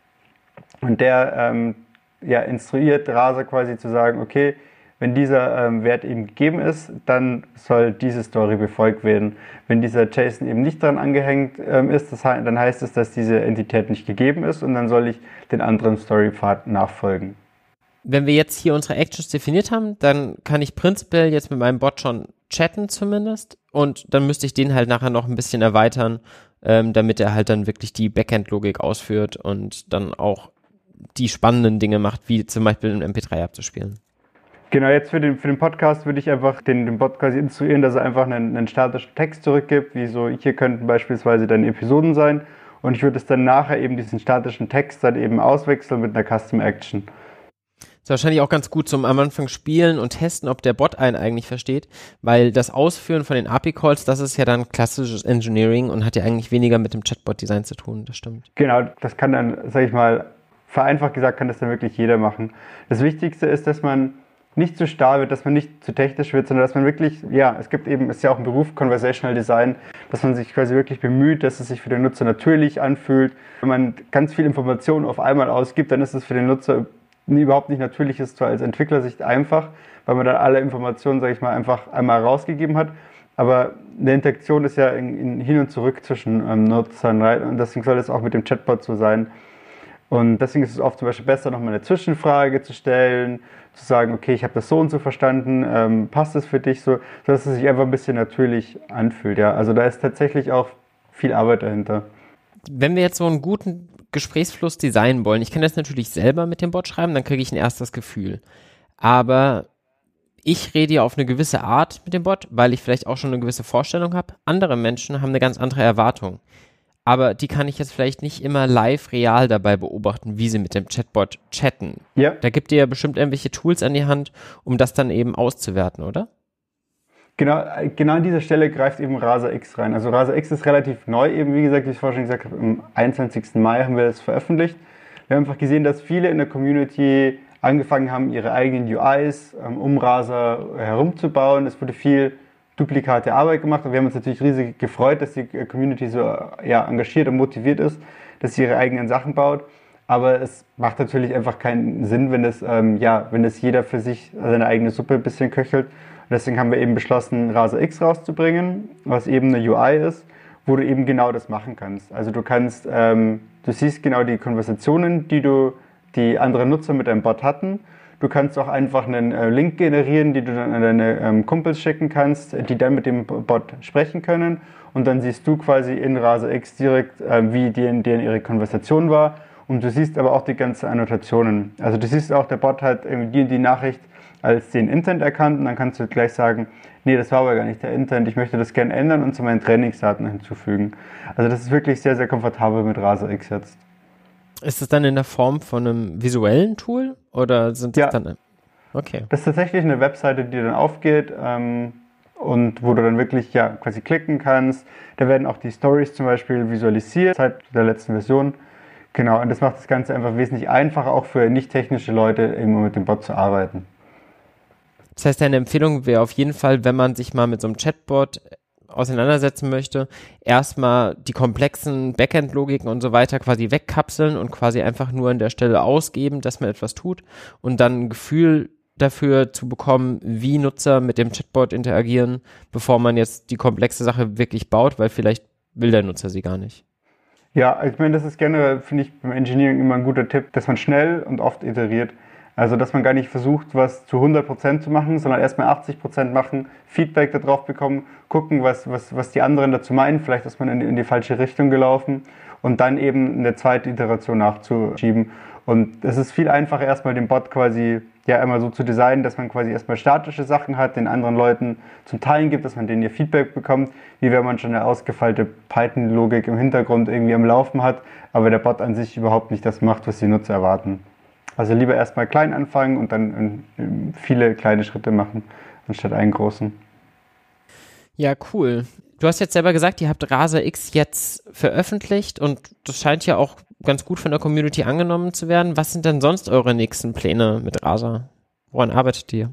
Und der ähm, ja, instruiert Rasa quasi zu sagen, okay, wenn dieser ähm, Wert eben gegeben ist, dann soll diese Story befolgt werden. Wenn dieser JSON eben nicht dran angehängt ähm, ist, das he- dann heißt es, dass diese Entität nicht gegeben ist und dann soll ich den anderen Storypfad nachfolgen. Wenn wir jetzt hier unsere Actions definiert haben, dann kann ich prinzipiell jetzt mit meinem Bot schon chatten zumindest und dann müsste ich den halt nachher noch ein bisschen erweitern, ähm, damit er halt dann wirklich die Backend-Logik ausführt und dann auch die spannenden Dinge macht, wie zum Beispiel einen M P drei abzuspielen. Genau, jetzt für den, für den Podcast würde ich einfach den, den Bot quasi instruieren, dass er einfach einen, einen statischen Text zurückgibt, wie so, hier könnten beispielsweise dann Episoden sein und ich würde es dann nachher eben diesen statischen Text dann eben auswechseln mit einer Custom Action. Ist wahrscheinlich auch ganz gut zum am Anfang spielen und testen, ob der Bot einen eigentlich versteht, weil das Ausführen von den A P I-Calls, das ist ja dann klassisches Engineering und hat ja eigentlich weniger mit dem Chatbot-Design zu tun, das stimmt. Genau, das kann dann, sag ich mal, vereinfacht gesagt, kann das dann wirklich jeder machen. Das Wichtigste ist, dass man nicht zu starr wird, dass man nicht zu technisch wird, sondern dass man wirklich, ja, es gibt eben, ist ja auch ein Beruf, Conversational Design, dass man sich quasi wirklich bemüht, dass es sich für den Nutzer natürlich anfühlt. Wenn man ganz viel Informationen auf einmal ausgibt, dann ist es für den Nutzer überhaupt nicht natürlich, ist zwar als Entwicklersicht einfach, weil man dann alle Informationen, sage ich mal, einfach einmal rausgegeben hat, aber eine Interaktion ist ja in, in hin und zurück zwischen ähm, Nutzern und deswegen soll es auch mit dem Chatbot so sein. Und deswegen ist es oft zum Beispiel besser, nochmal eine Zwischenfrage zu stellen, zu sagen, okay, ich habe das so und so verstanden, ähm, passt es für dich so, sodass es sich einfach ein bisschen natürlich anfühlt. Ja? Also da ist tatsächlich auch viel Arbeit dahinter. Wenn wir jetzt so einen guten Gesprächsfluss designen wollen, ich kann das natürlich selber mit dem Bot schreiben, dann kriege ich ein erstes Gefühl. Aber ich rede ja auf eine gewisse Art mit dem Bot, weil ich vielleicht auch schon eine gewisse Vorstellung habe. Andere Menschen haben eine ganz andere Erwartung. Aber die kann ich jetzt vielleicht nicht immer live real dabei beobachten, wie sie mit dem Chatbot chatten. Ja. Da gibt ihr ja bestimmt irgendwelche Tools an die Hand, um das dann eben auszuwerten, oder? Genau, genau an dieser Stelle greift eben Rasa X rein. Also Rasa X ist relativ neu, eben wie gesagt, wie ich vorhin schon gesagt habe, am einundzwanzigsten Mai haben wir das veröffentlicht. Wir haben einfach gesehen, dass viele in der Community angefangen haben, ihre eigenen U Is ähm, um Rasa herumzubauen. Es wurde viel duplikate Arbeit gemacht und wir haben uns natürlich riesig gefreut, dass die Community so ja, engagiert und motiviert ist, dass sie ihre eigenen Sachen baut. Aber es macht natürlich einfach keinen Sinn, wenn das, ähm, ja, wenn das jeder für sich seine eigene Suppe ein bisschen köchelt. Und deswegen haben wir eben beschlossen, Rasa X rauszubringen, was eben eine U I ist, wo du eben genau das machen kannst. Also du kannst, ähm, du siehst genau die Konversationen, die du, die andere Nutzer mit deinem Bot hatten. Du kannst auch einfach einen äh, Link generieren, die du dann an deine ähm, Kumpels schicken kannst, die dann mit dem Bot sprechen können. Und dann siehst du quasi in Rasa X direkt, äh, wie denen, denen ihre Konversation war. Und du siehst aber auch die ganzen Annotationen. Also du siehst auch, der Bot hat irgendwie die, die Nachricht als den Intent erkannt und dann kannst du gleich sagen, nee, das war aber gar nicht der Intent, ich möchte das gerne ändern und zu meinen Trainingsdaten hinzufügen. Also das ist wirklich sehr, sehr komfortabel mit Rasa X jetzt. Ist es dann in der Form von einem visuellen Tool oder sind das ja. dann... Okay. Das ist tatsächlich eine Webseite, die dann aufgeht ähm, und wo du dann wirklich ja quasi klicken kannst. Da werden auch die Stories zum Beispiel visualisiert seit der letzten Version. Genau, und das macht das Ganze einfach wesentlich einfacher, auch für nicht technische Leute eben mit dem Bot zu arbeiten. Das heißt, deine Empfehlung wäre auf jeden Fall, wenn man sich mal mit so einem Chatbot auseinandersetzen möchte, erstmal die komplexen Backend-Logiken und so weiter quasi wegkapseln und quasi einfach nur an der Stelle ausgeben, dass man etwas tut und dann ein Gefühl dafür zu bekommen, wie Nutzer mit dem Chatbot interagieren, bevor man jetzt die komplexe Sache wirklich baut, weil vielleicht will der Nutzer sie gar nicht. Ja, ich meine, das ist generell, finde ich, beim Engineering immer ein guter Tipp, dass man schnell und oft iteriert. Also, dass man gar nicht versucht, was zu hundert Prozent zu machen, sondern erstmal achtzig Prozent machen, Feedback darauf bekommen, gucken, was, was, was die anderen dazu meinen. Vielleicht ist man in, in die falsche Richtung gelaufen und dann eben eine zweite Iteration nachzuschieben. Und es ist viel einfacher, erstmal den Bot quasi ja einmal so zu designen, dass man quasi erstmal statische Sachen hat, den anderen Leuten zum Teilen gibt, dass man denen ihr Feedback bekommt, wie wenn man schon eine ausgefeilte Python-Logik im Hintergrund irgendwie am Laufen hat, aber der Bot an sich überhaupt nicht das macht, was die Nutzer erwarten. Also lieber erstmal klein anfangen und dann viele kleine Schritte machen, anstatt einen großen. Ja, cool. Du hast jetzt selber gesagt, ihr habt Rasa X jetzt veröffentlicht und das scheint ja auch ganz gut von der Community angenommen zu werden. Was sind denn sonst eure nächsten Pläne mit Rasa? Woran arbeitet ihr?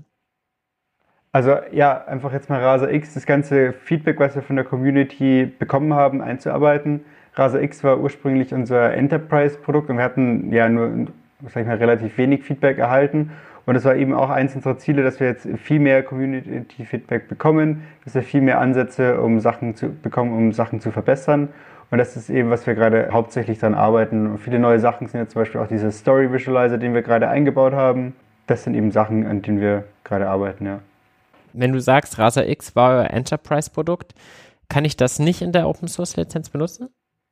Also ja, einfach jetzt mal Rasa X, das ganze Feedback, was wir von der Community bekommen haben, einzuarbeiten. Rasa X war ursprünglich unser Enterprise-Produkt und wir hatten ja nur, sag ich mal, relativ wenig Feedback erhalten. Und es war eben auch eins unserer Ziele, dass wir jetzt viel mehr Community-Feedback bekommen, dass wir viel mehr Ansätze um Sachen zu bekommen, um Sachen zu verbessern. Und das ist eben, was wir gerade hauptsächlich daran arbeiten. Und viele neue Sachen sind jetzt zum Beispiel auch dieser Story Visualizer, den wir gerade eingebaut haben. Das sind eben Sachen, an denen wir gerade arbeiten, ja. Wenn du sagst, Rasa X war euer Enterprise-Produkt, kann ich das nicht in der Open-Source-Lizenz benutzen?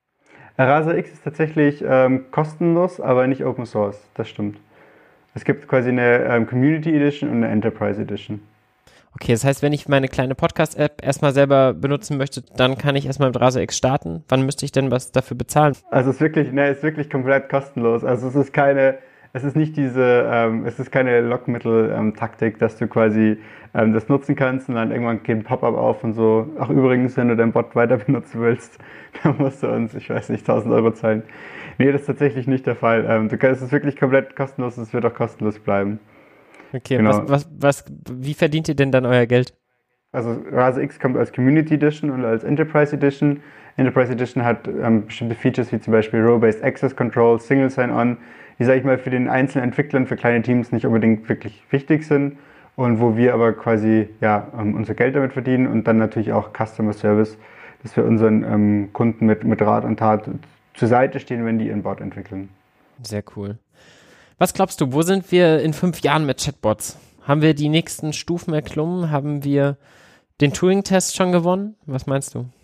Rasa X ist tatsächlich ähm, kostenlos, aber nicht Open Source, das stimmt. Es gibt quasi eine ähm, Community Edition und eine Enterprise Edition. Okay, das heißt, wenn ich meine kleine Podcast-App erstmal selber benutzen möchte, dann kann ich erstmal mit Rasa X starten. Wann müsste ich denn was dafür bezahlen? Also es ist wirklich, ne, es ist wirklich komplett kostenlos. Also es ist keine, es ist nicht diese, ähm, es ist keine Lockmittel-Taktik, dass du quasi ähm, das nutzen kannst und dann irgendwann geht ein Pop-up auf und so. Ach übrigens, wenn du deinen Bot weiter benutzen willst, dann musst du uns, ich weiß nicht, tausend Euro zahlen. Nee, das ist tatsächlich nicht der Fall. Ähm, du kannst, es ist wirklich komplett kostenlos, es wird auch kostenlos bleiben. Okay, genau. was, was, was, wie verdient ihr denn dann euer Geld? Also Rasa X kommt als Community Edition und als Enterprise Edition. Enterprise Edition hat ähm, bestimmte Features wie zum Beispiel Row-Based Access Control, Single Sign-On, die, sag ich mal, für den einzelnen Entwicklern, für kleine Teams nicht unbedingt wirklich wichtig sind und wo wir aber quasi ja, ähm, unser Geld damit verdienen und dann natürlich auch Customer Service, dass wir unseren ähm, Kunden mit, mit Rat und Tat zur Seite stehen, wenn die ihren Bot entwickeln. Sehr cool. Was glaubst du, wo sind wir in fünf Jahren mit Chatbots? Haben wir die nächsten Stufen erklommen? Haben wir den Turing-Test schon gewonnen? Was meinst du?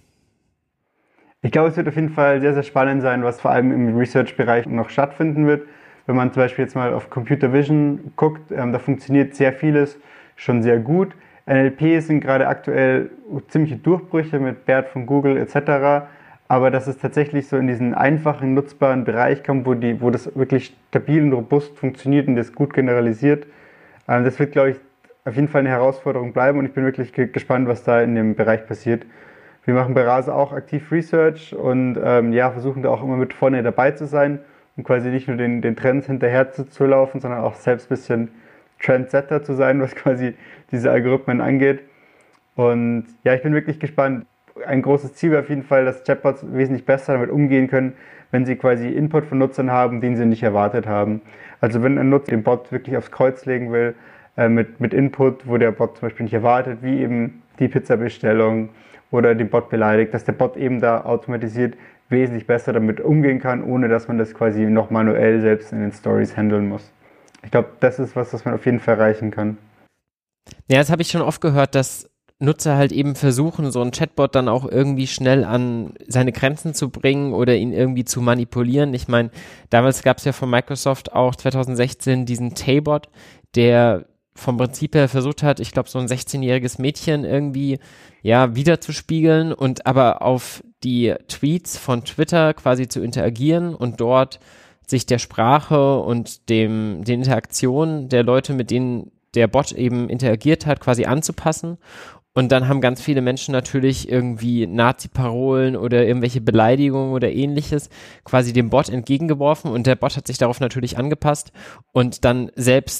Ich glaube, es wird auf jeden Fall sehr, sehr spannend sein, was vor allem im Research-Bereich noch stattfinden wird. Wenn man zum Beispiel jetzt mal auf Computer Vision guckt, ähm, da funktioniert sehr vieles schon sehr gut. N L P sind gerade aktuell ziemliche Durchbrüche mit BERT von Google et cetera. Aber dass es tatsächlich so in diesen einfachen, nutzbaren Bereich kommt, wo, die, wo das wirklich stabil und robust funktioniert und das gut generalisiert, ähm, das wird, glaube ich, auf jeden Fall eine Herausforderung bleiben und ich bin wirklich ge- gespannt, was da in dem Bereich passiert. Wir machen bei Rasa auch aktiv Research und ähm, ja, versuchen da auch immer mit vorne dabei zu sein und quasi nicht nur den, den Trends hinterher zu, zu laufen, sondern auch selbst ein bisschen Trendsetter zu sein, was quasi diese Algorithmen angeht. Und ja, ich bin wirklich gespannt. Ein großes Ziel wäre auf jeden Fall, dass Chatbots wesentlich besser damit umgehen können, wenn sie quasi Input von Nutzern haben, den sie nicht erwartet haben. Also wenn ein Nutzer den Bot wirklich aufs Kreuz legen will, äh, mit, mit Input, wo der Bot zum Beispiel nicht erwartet, wie eben die Pizzabestellung oder den Bot beleidigt, dass der Bot eben da automatisiert wesentlich besser damit umgehen kann, ohne dass man das quasi noch manuell selbst in den Stories handeln muss. Ich glaube, das ist was, was man auf jeden Fall erreichen kann. Ja, das habe ich schon oft gehört, dass Nutzer halt eben versuchen, so einen Chatbot dann auch irgendwie schnell an seine Grenzen zu bringen oder ihn irgendwie zu manipulieren. Ich meine, damals gab es ja von Microsoft auch zwanzig sechzehn diesen Tay-Bot, der vom Prinzip her versucht hat, ich glaube, so ein sechzehnjähriges Mädchen irgendwie ja wiederzuspiegeln und aber auf die Tweets von Twitter quasi zu interagieren und dort sich der Sprache und dem den Interaktionen der Leute, mit denen der Bot eben interagiert hat, quasi anzupassen. Und dann haben ganz viele Menschen natürlich irgendwie Nazi-Parolen oder irgendwelche Beleidigungen oder ähnliches quasi dem Bot entgegengeworfen und der Bot hat sich darauf natürlich angepasst und dann selbst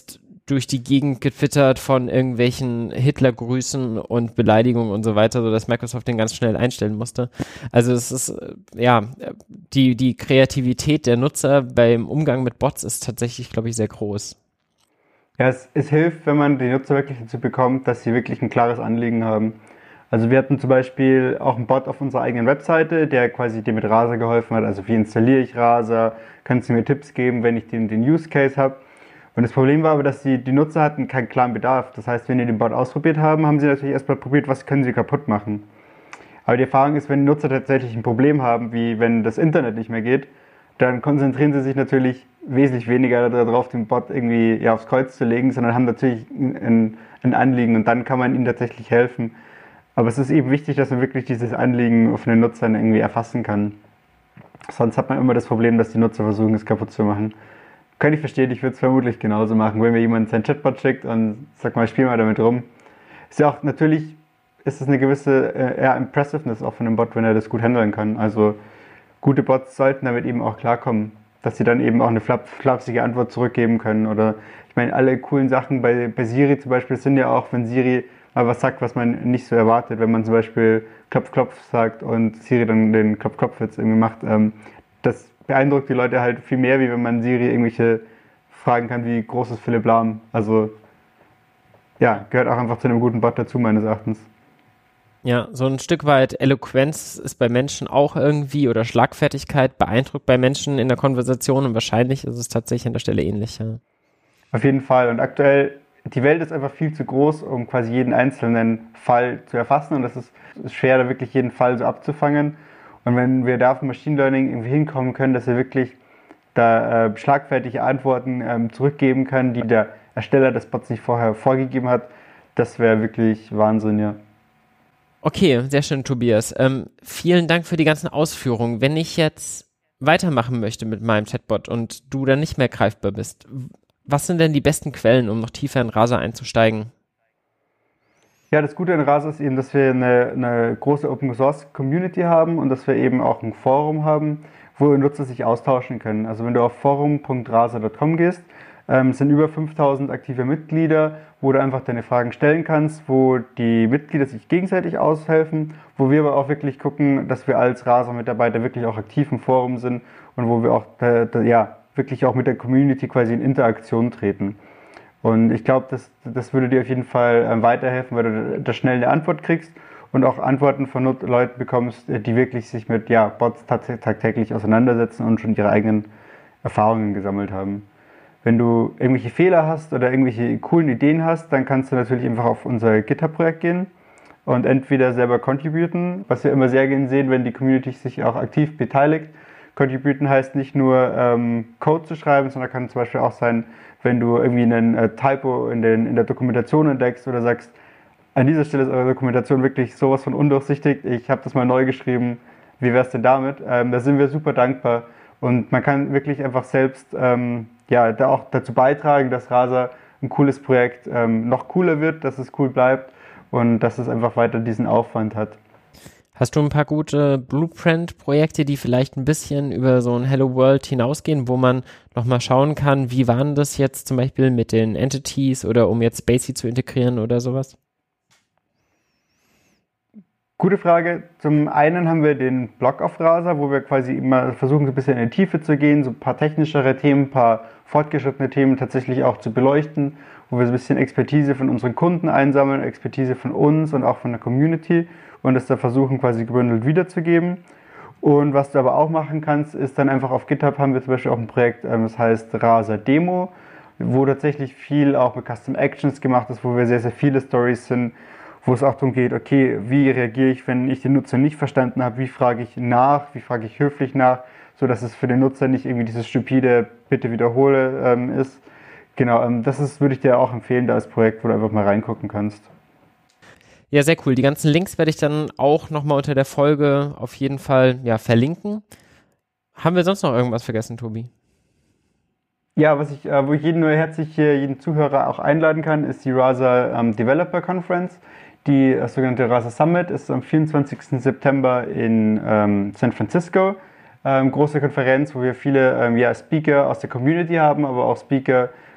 durch die Gegend getwittert von irgendwelchen Hitlergrüßen und Beleidigungen und so weiter, sodass Microsoft den ganz schnell einstellen musste. Also es ist, äh, ja, die, die Kreativität der Nutzer beim Umgang mit Bots ist tatsächlich, glaube ich, sehr groß. Ja, es, es hilft, wenn man die Nutzer wirklich dazu bekommt, dass sie wirklich ein klares Anliegen haben. Also wir hatten zum Beispiel auch einen Bot auf unserer eigenen Webseite, der quasi dir mit Razer geholfen hat. Also wie installiere ich Razer? Kannst du mir Tipps geben, wenn ich den, den Use Case habe? Und das Problem war aber, dass die, die Nutzer hatten keinen klaren Bedarf. Das heißt, wenn die den Bot ausprobiert haben, haben sie natürlich erstmal probiert, was können sie kaputt machen. Aber die Erfahrung ist, wenn die Nutzer tatsächlich ein Problem haben, wie wenn das Internet nicht mehr geht, dann konzentrieren sie sich natürlich wesentlich weniger darauf, den Bot irgendwie ja, aufs Kreuz zu legen, sondern haben natürlich ein, ein Anliegen und dann kann man ihnen tatsächlich helfen. Aber es ist eben wichtig, dass man wirklich dieses Anliegen von den Nutzern irgendwie erfassen kann. Sonst hat man immer das Problem, dass die Nutzer versuchen, es kaputt zu machen. Kann ich verstehen, ich würde es vermutlich genauso machen, wenn mir jemand sein Chatbot schickt und sagt mal, spiel mal damit rum. Ist ja auch, natürlich ist es eine gewisse äh, eher Impressiveness auch von dem Bot, wenn er das gut handeln kann. Also gute Bots sollten damit eben auch klarkommen, dass sie dann eben auch eine flap, flapsige Antwort zurückgeben können. Oder ich meine, alle coolen Sachen bei, bei Siri zum Beispiel sind ja auch, wenn Siri mal was sagt, was man nicht so erwartet, wenn man zum Beispiel Klopf, Klopf sagt und Siri dann den Klopf, Klopf jetzt irgendwie macht. Ähm, das beeindruckt die Leute halt viel mehr, wie wenn man Siri irgendwelche fragen kann, wie groß ist Philipp Lahm. Also ja, gehört auch einfach zu einem guten Bot dazu, meines Erachtens. Ja, so ein Stück weit Eloquenz ist bei Menschen auch irgendwie oder Schlagfertigkeit beeindruckt bei Menschen in der Konversation und wahrscheinlich ist es tatsächlich an der Stelle ähnlich. Ja. Auf jeden Fall und aktuell, die Welt ist einfach viel zu groß, um quasi jeden einzelnen Fall zu erfassen und es ist schwer, da wirklich jeden Fall so abzufangen. Und wenn wir da auf Machine Learning irgendwie hinkommen können, dass wir wirklich da äh, schlagfertige Antworten ähm, zurückgeben können, die der Ersteller des Bots nicht vorher vorgegeben hat, das wäre wirklich Wahnsinn, ja. Okay, sehr schön, Tobias. Ähm, vielen Dank für die ganzen Ausführungen. Wenn ich jetzt weitermachen möchte mit meinem Chatbot und du dann nicht mehr greifbar bist, was sind denn die besten Quellen, um noch tiefer in Razer einzusteigen? Ja, das Gute an Razer ist eben, dass wir eine, eine große Open-Source-Community haben und dass wir eben auch ein Forum haben, wo Nutzer sich austauschen können. Also wenn du auf forum punkt razer punkt com gehst, ähm, sind über fünftausend aktive Mitglieder, wo du einfach deine Fragen stellen kannst, wo die Mitglieder sich gegenseitig aushelfen, wo wir aber auch wirklich gucken, dass wir als Razer-Mitarbeiter wirklich auch aktiv im Forum sind und wo wir auch äh, ja, wirklich auch mit der Community quasi in Interaktion treten. Und ich glaube, das, das würde dir auf jeden Fall äh, weiterhelfen, weil du da schnell eine Antwort kriegst und auch Antworten von Not- Leuten bekommst, die wirklich sich mit ja, Bots tats- tagtäglich auseinandersetzen und schon ihre eigenen Erfahrungen gesammelt haben. Wenn du irgendwelche Fehler hast oder irgendwelche coolen Ideen hast, dann kannst du natürlich einfach auf unser GitHub-Projekt gehen und entweder selber contributen, was wir immer sehr gerne sehen, wenn die Community sich auch aktiv beteiligt. Contributen heißt nicht nur ähm, Code zu schreiben, sondern kann zum Beispiel auch sein, wenn du irgendwie einen äh, Typo in, den, in der Dokumentation entdeckst oder sagst, an dieser Stelle ist eure Dokumentation wirklich sowas von undurchsichtig, ich habe das mal neu geschrieben, wie wäre es denn damit? Ähm, da sind wir super dankbar und man kann wirklich einfach selbst ähm, ja, da auch dazu beitragen, dass Razer ein cooles Projekt ähm, noch cooler wird, dass es cool bleibt und dass es einfach weiter diesen Aufwand hat. Hast du ein paar gute Blueprint-Projekte, die vielleicht ein bisschen über so ein Hello World hinausgehen, wo man nochmal schauen kann, wie waren das jetzt zum Beispiel mit den Entities oder um jetzt Spacey zu integrieren oder sowas? Gute Frage. Zum einen haben wir den Blog auf Razer, wo wir quasi immer versuchen, so ein bisschen in die Tiefe zu gehen, so ein paar technischere Themen, ein paar fortgeschrittene Themen tatsächlich auch zu beleuchten, wo wir so ein bisschen Expertise von unseren Kunden einsammeln, Expertise von uns und auch von der Community und es da versuchen quasi gebündelt wiederzugeben. Und was du aber auch machen kannst, ist dann einfach auf GitHub haben wir zum Beispiel auch ein Projekt, das heißt Razer Demo, wo tatsächlich viel auch mit Custom Actions gemacht ist, wo wir sehr, sehr viele Stories sind, wo es auch darum geht, okay, wie reagiere ich, wenn ich den Nutzer nicht verstanden habe, wie frage ich nach, wie frage ich höflich nach, sodass es für den Nutzer nicht irgendwie dieses stupide Bitte wiederhole ähm, ist. Genau, ähm, das ist, würde ich dir auch empfehlen, da als Projekt, wo du einfach mal reingucken kannst. Ja, sehr cool. Die ganzen Links werde ich dann auch nochmal unter der Folge auf jeden Fall ja, verlinken. Haben wir sonst noch irgendwas vergessen, Tobi? Ja, was ich, äh, wo ich jeden nur herzlich jeden Zuhörer auch einladen kann, ist die Razer ähm, Developer Conference. Die äh, sogenannte Razer Summit ist am vierundzwanzigsten September in ähm, San Francisco. Ähm, große Konferenz, wo wir viele ähm, ja, Speaker aus der Community haben, aber auch Speaker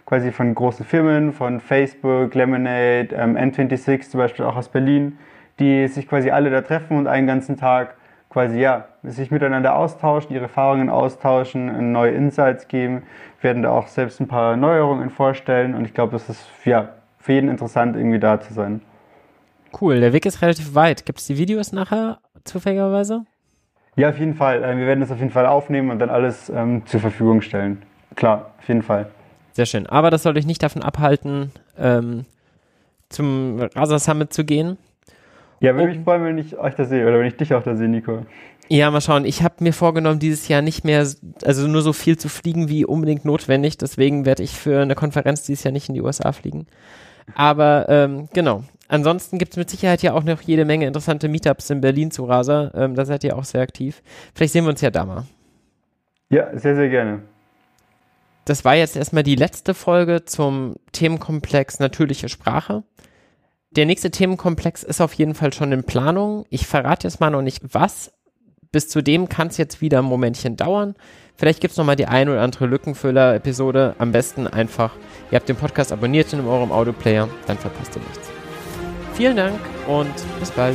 quasi von großen Firmen, von Facebook, Lemonade, ähm, N sechsundzwanzig zum Beispiel auch aus Berlin, die sich quasi alle da treffen und einen ganzen Tag quasi, ja, sich miteinander austauschen, ihre Erfahrungen austauschen, neue Insights geben, werden da auch selbst ein paar Neuerungen vorstellen und ich glaube, das ist, ja, für jeden interessant, irgendwie da zu sein. Cool, der Weg ist relativ weit. Gibt es die Videos nachher zufälligerweise? Ja, auf jeden Fall. Wir werden das auf jeden Fall aufnehmen und dann alles ähm, zur Verfügung stellen. Klar, auf jeden Fall. Sehr schön. Aber das soll dich nicht davon abhalten, ähm, zum Rasa Summit zu gehen. Ja, würde oh. mich freuen, wenn ich euch da sehe oder wenn ich dich auch da sehe, Nico. Ja, mal schauen. Ich habe mir vorgenommen, dieses Jahr nicht mehr, also nur so viel zu fliegen wie unbedingt notwendig. Deswegen werde ich für eine Konferenz dieses Jahr nicht in die U S A fliegen. Aber ähm, genau. Ansonsten gibt es mit Sicherheit ja auch noch jede Menge interessante Meetups in Berlin zu Rasa. Ähm, da seid ihr auch sehr aktiv. Vielleicht sehen wir uns ja da mal. Ja, sehr, sehr gerne. Das war jetzt erstmal die letzte Folge zum Themenkomplex natürliche Sprache. Der nächste Themenkomplex ist auf jeden Fall schon in Planung. Ich verrate jetzt mal noch nicht was. Bis zu dem kann es jetzt wieder ein Momentchen dauern. Vielleicht gibt es nochmal die ein oder andere Lückenfüller-Episode. Am besten einfach, ihr habt den Podcast abonniert in eurem Audioplayer, dann verpasst ihr nichts. Vielen Dank und bis bald.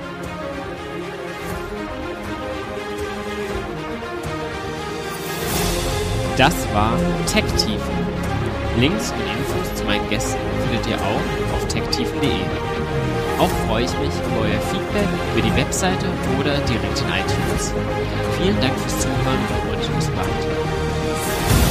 Das war TechTiefen. Links und Infos zu meinen Gästen findet ihr auch auf techtiefen punkt de. Auch freue ich mich über euer Feedback über die Webseite oder direkt in iTunes. Vielen Dank fürs Zuhören und bis bald.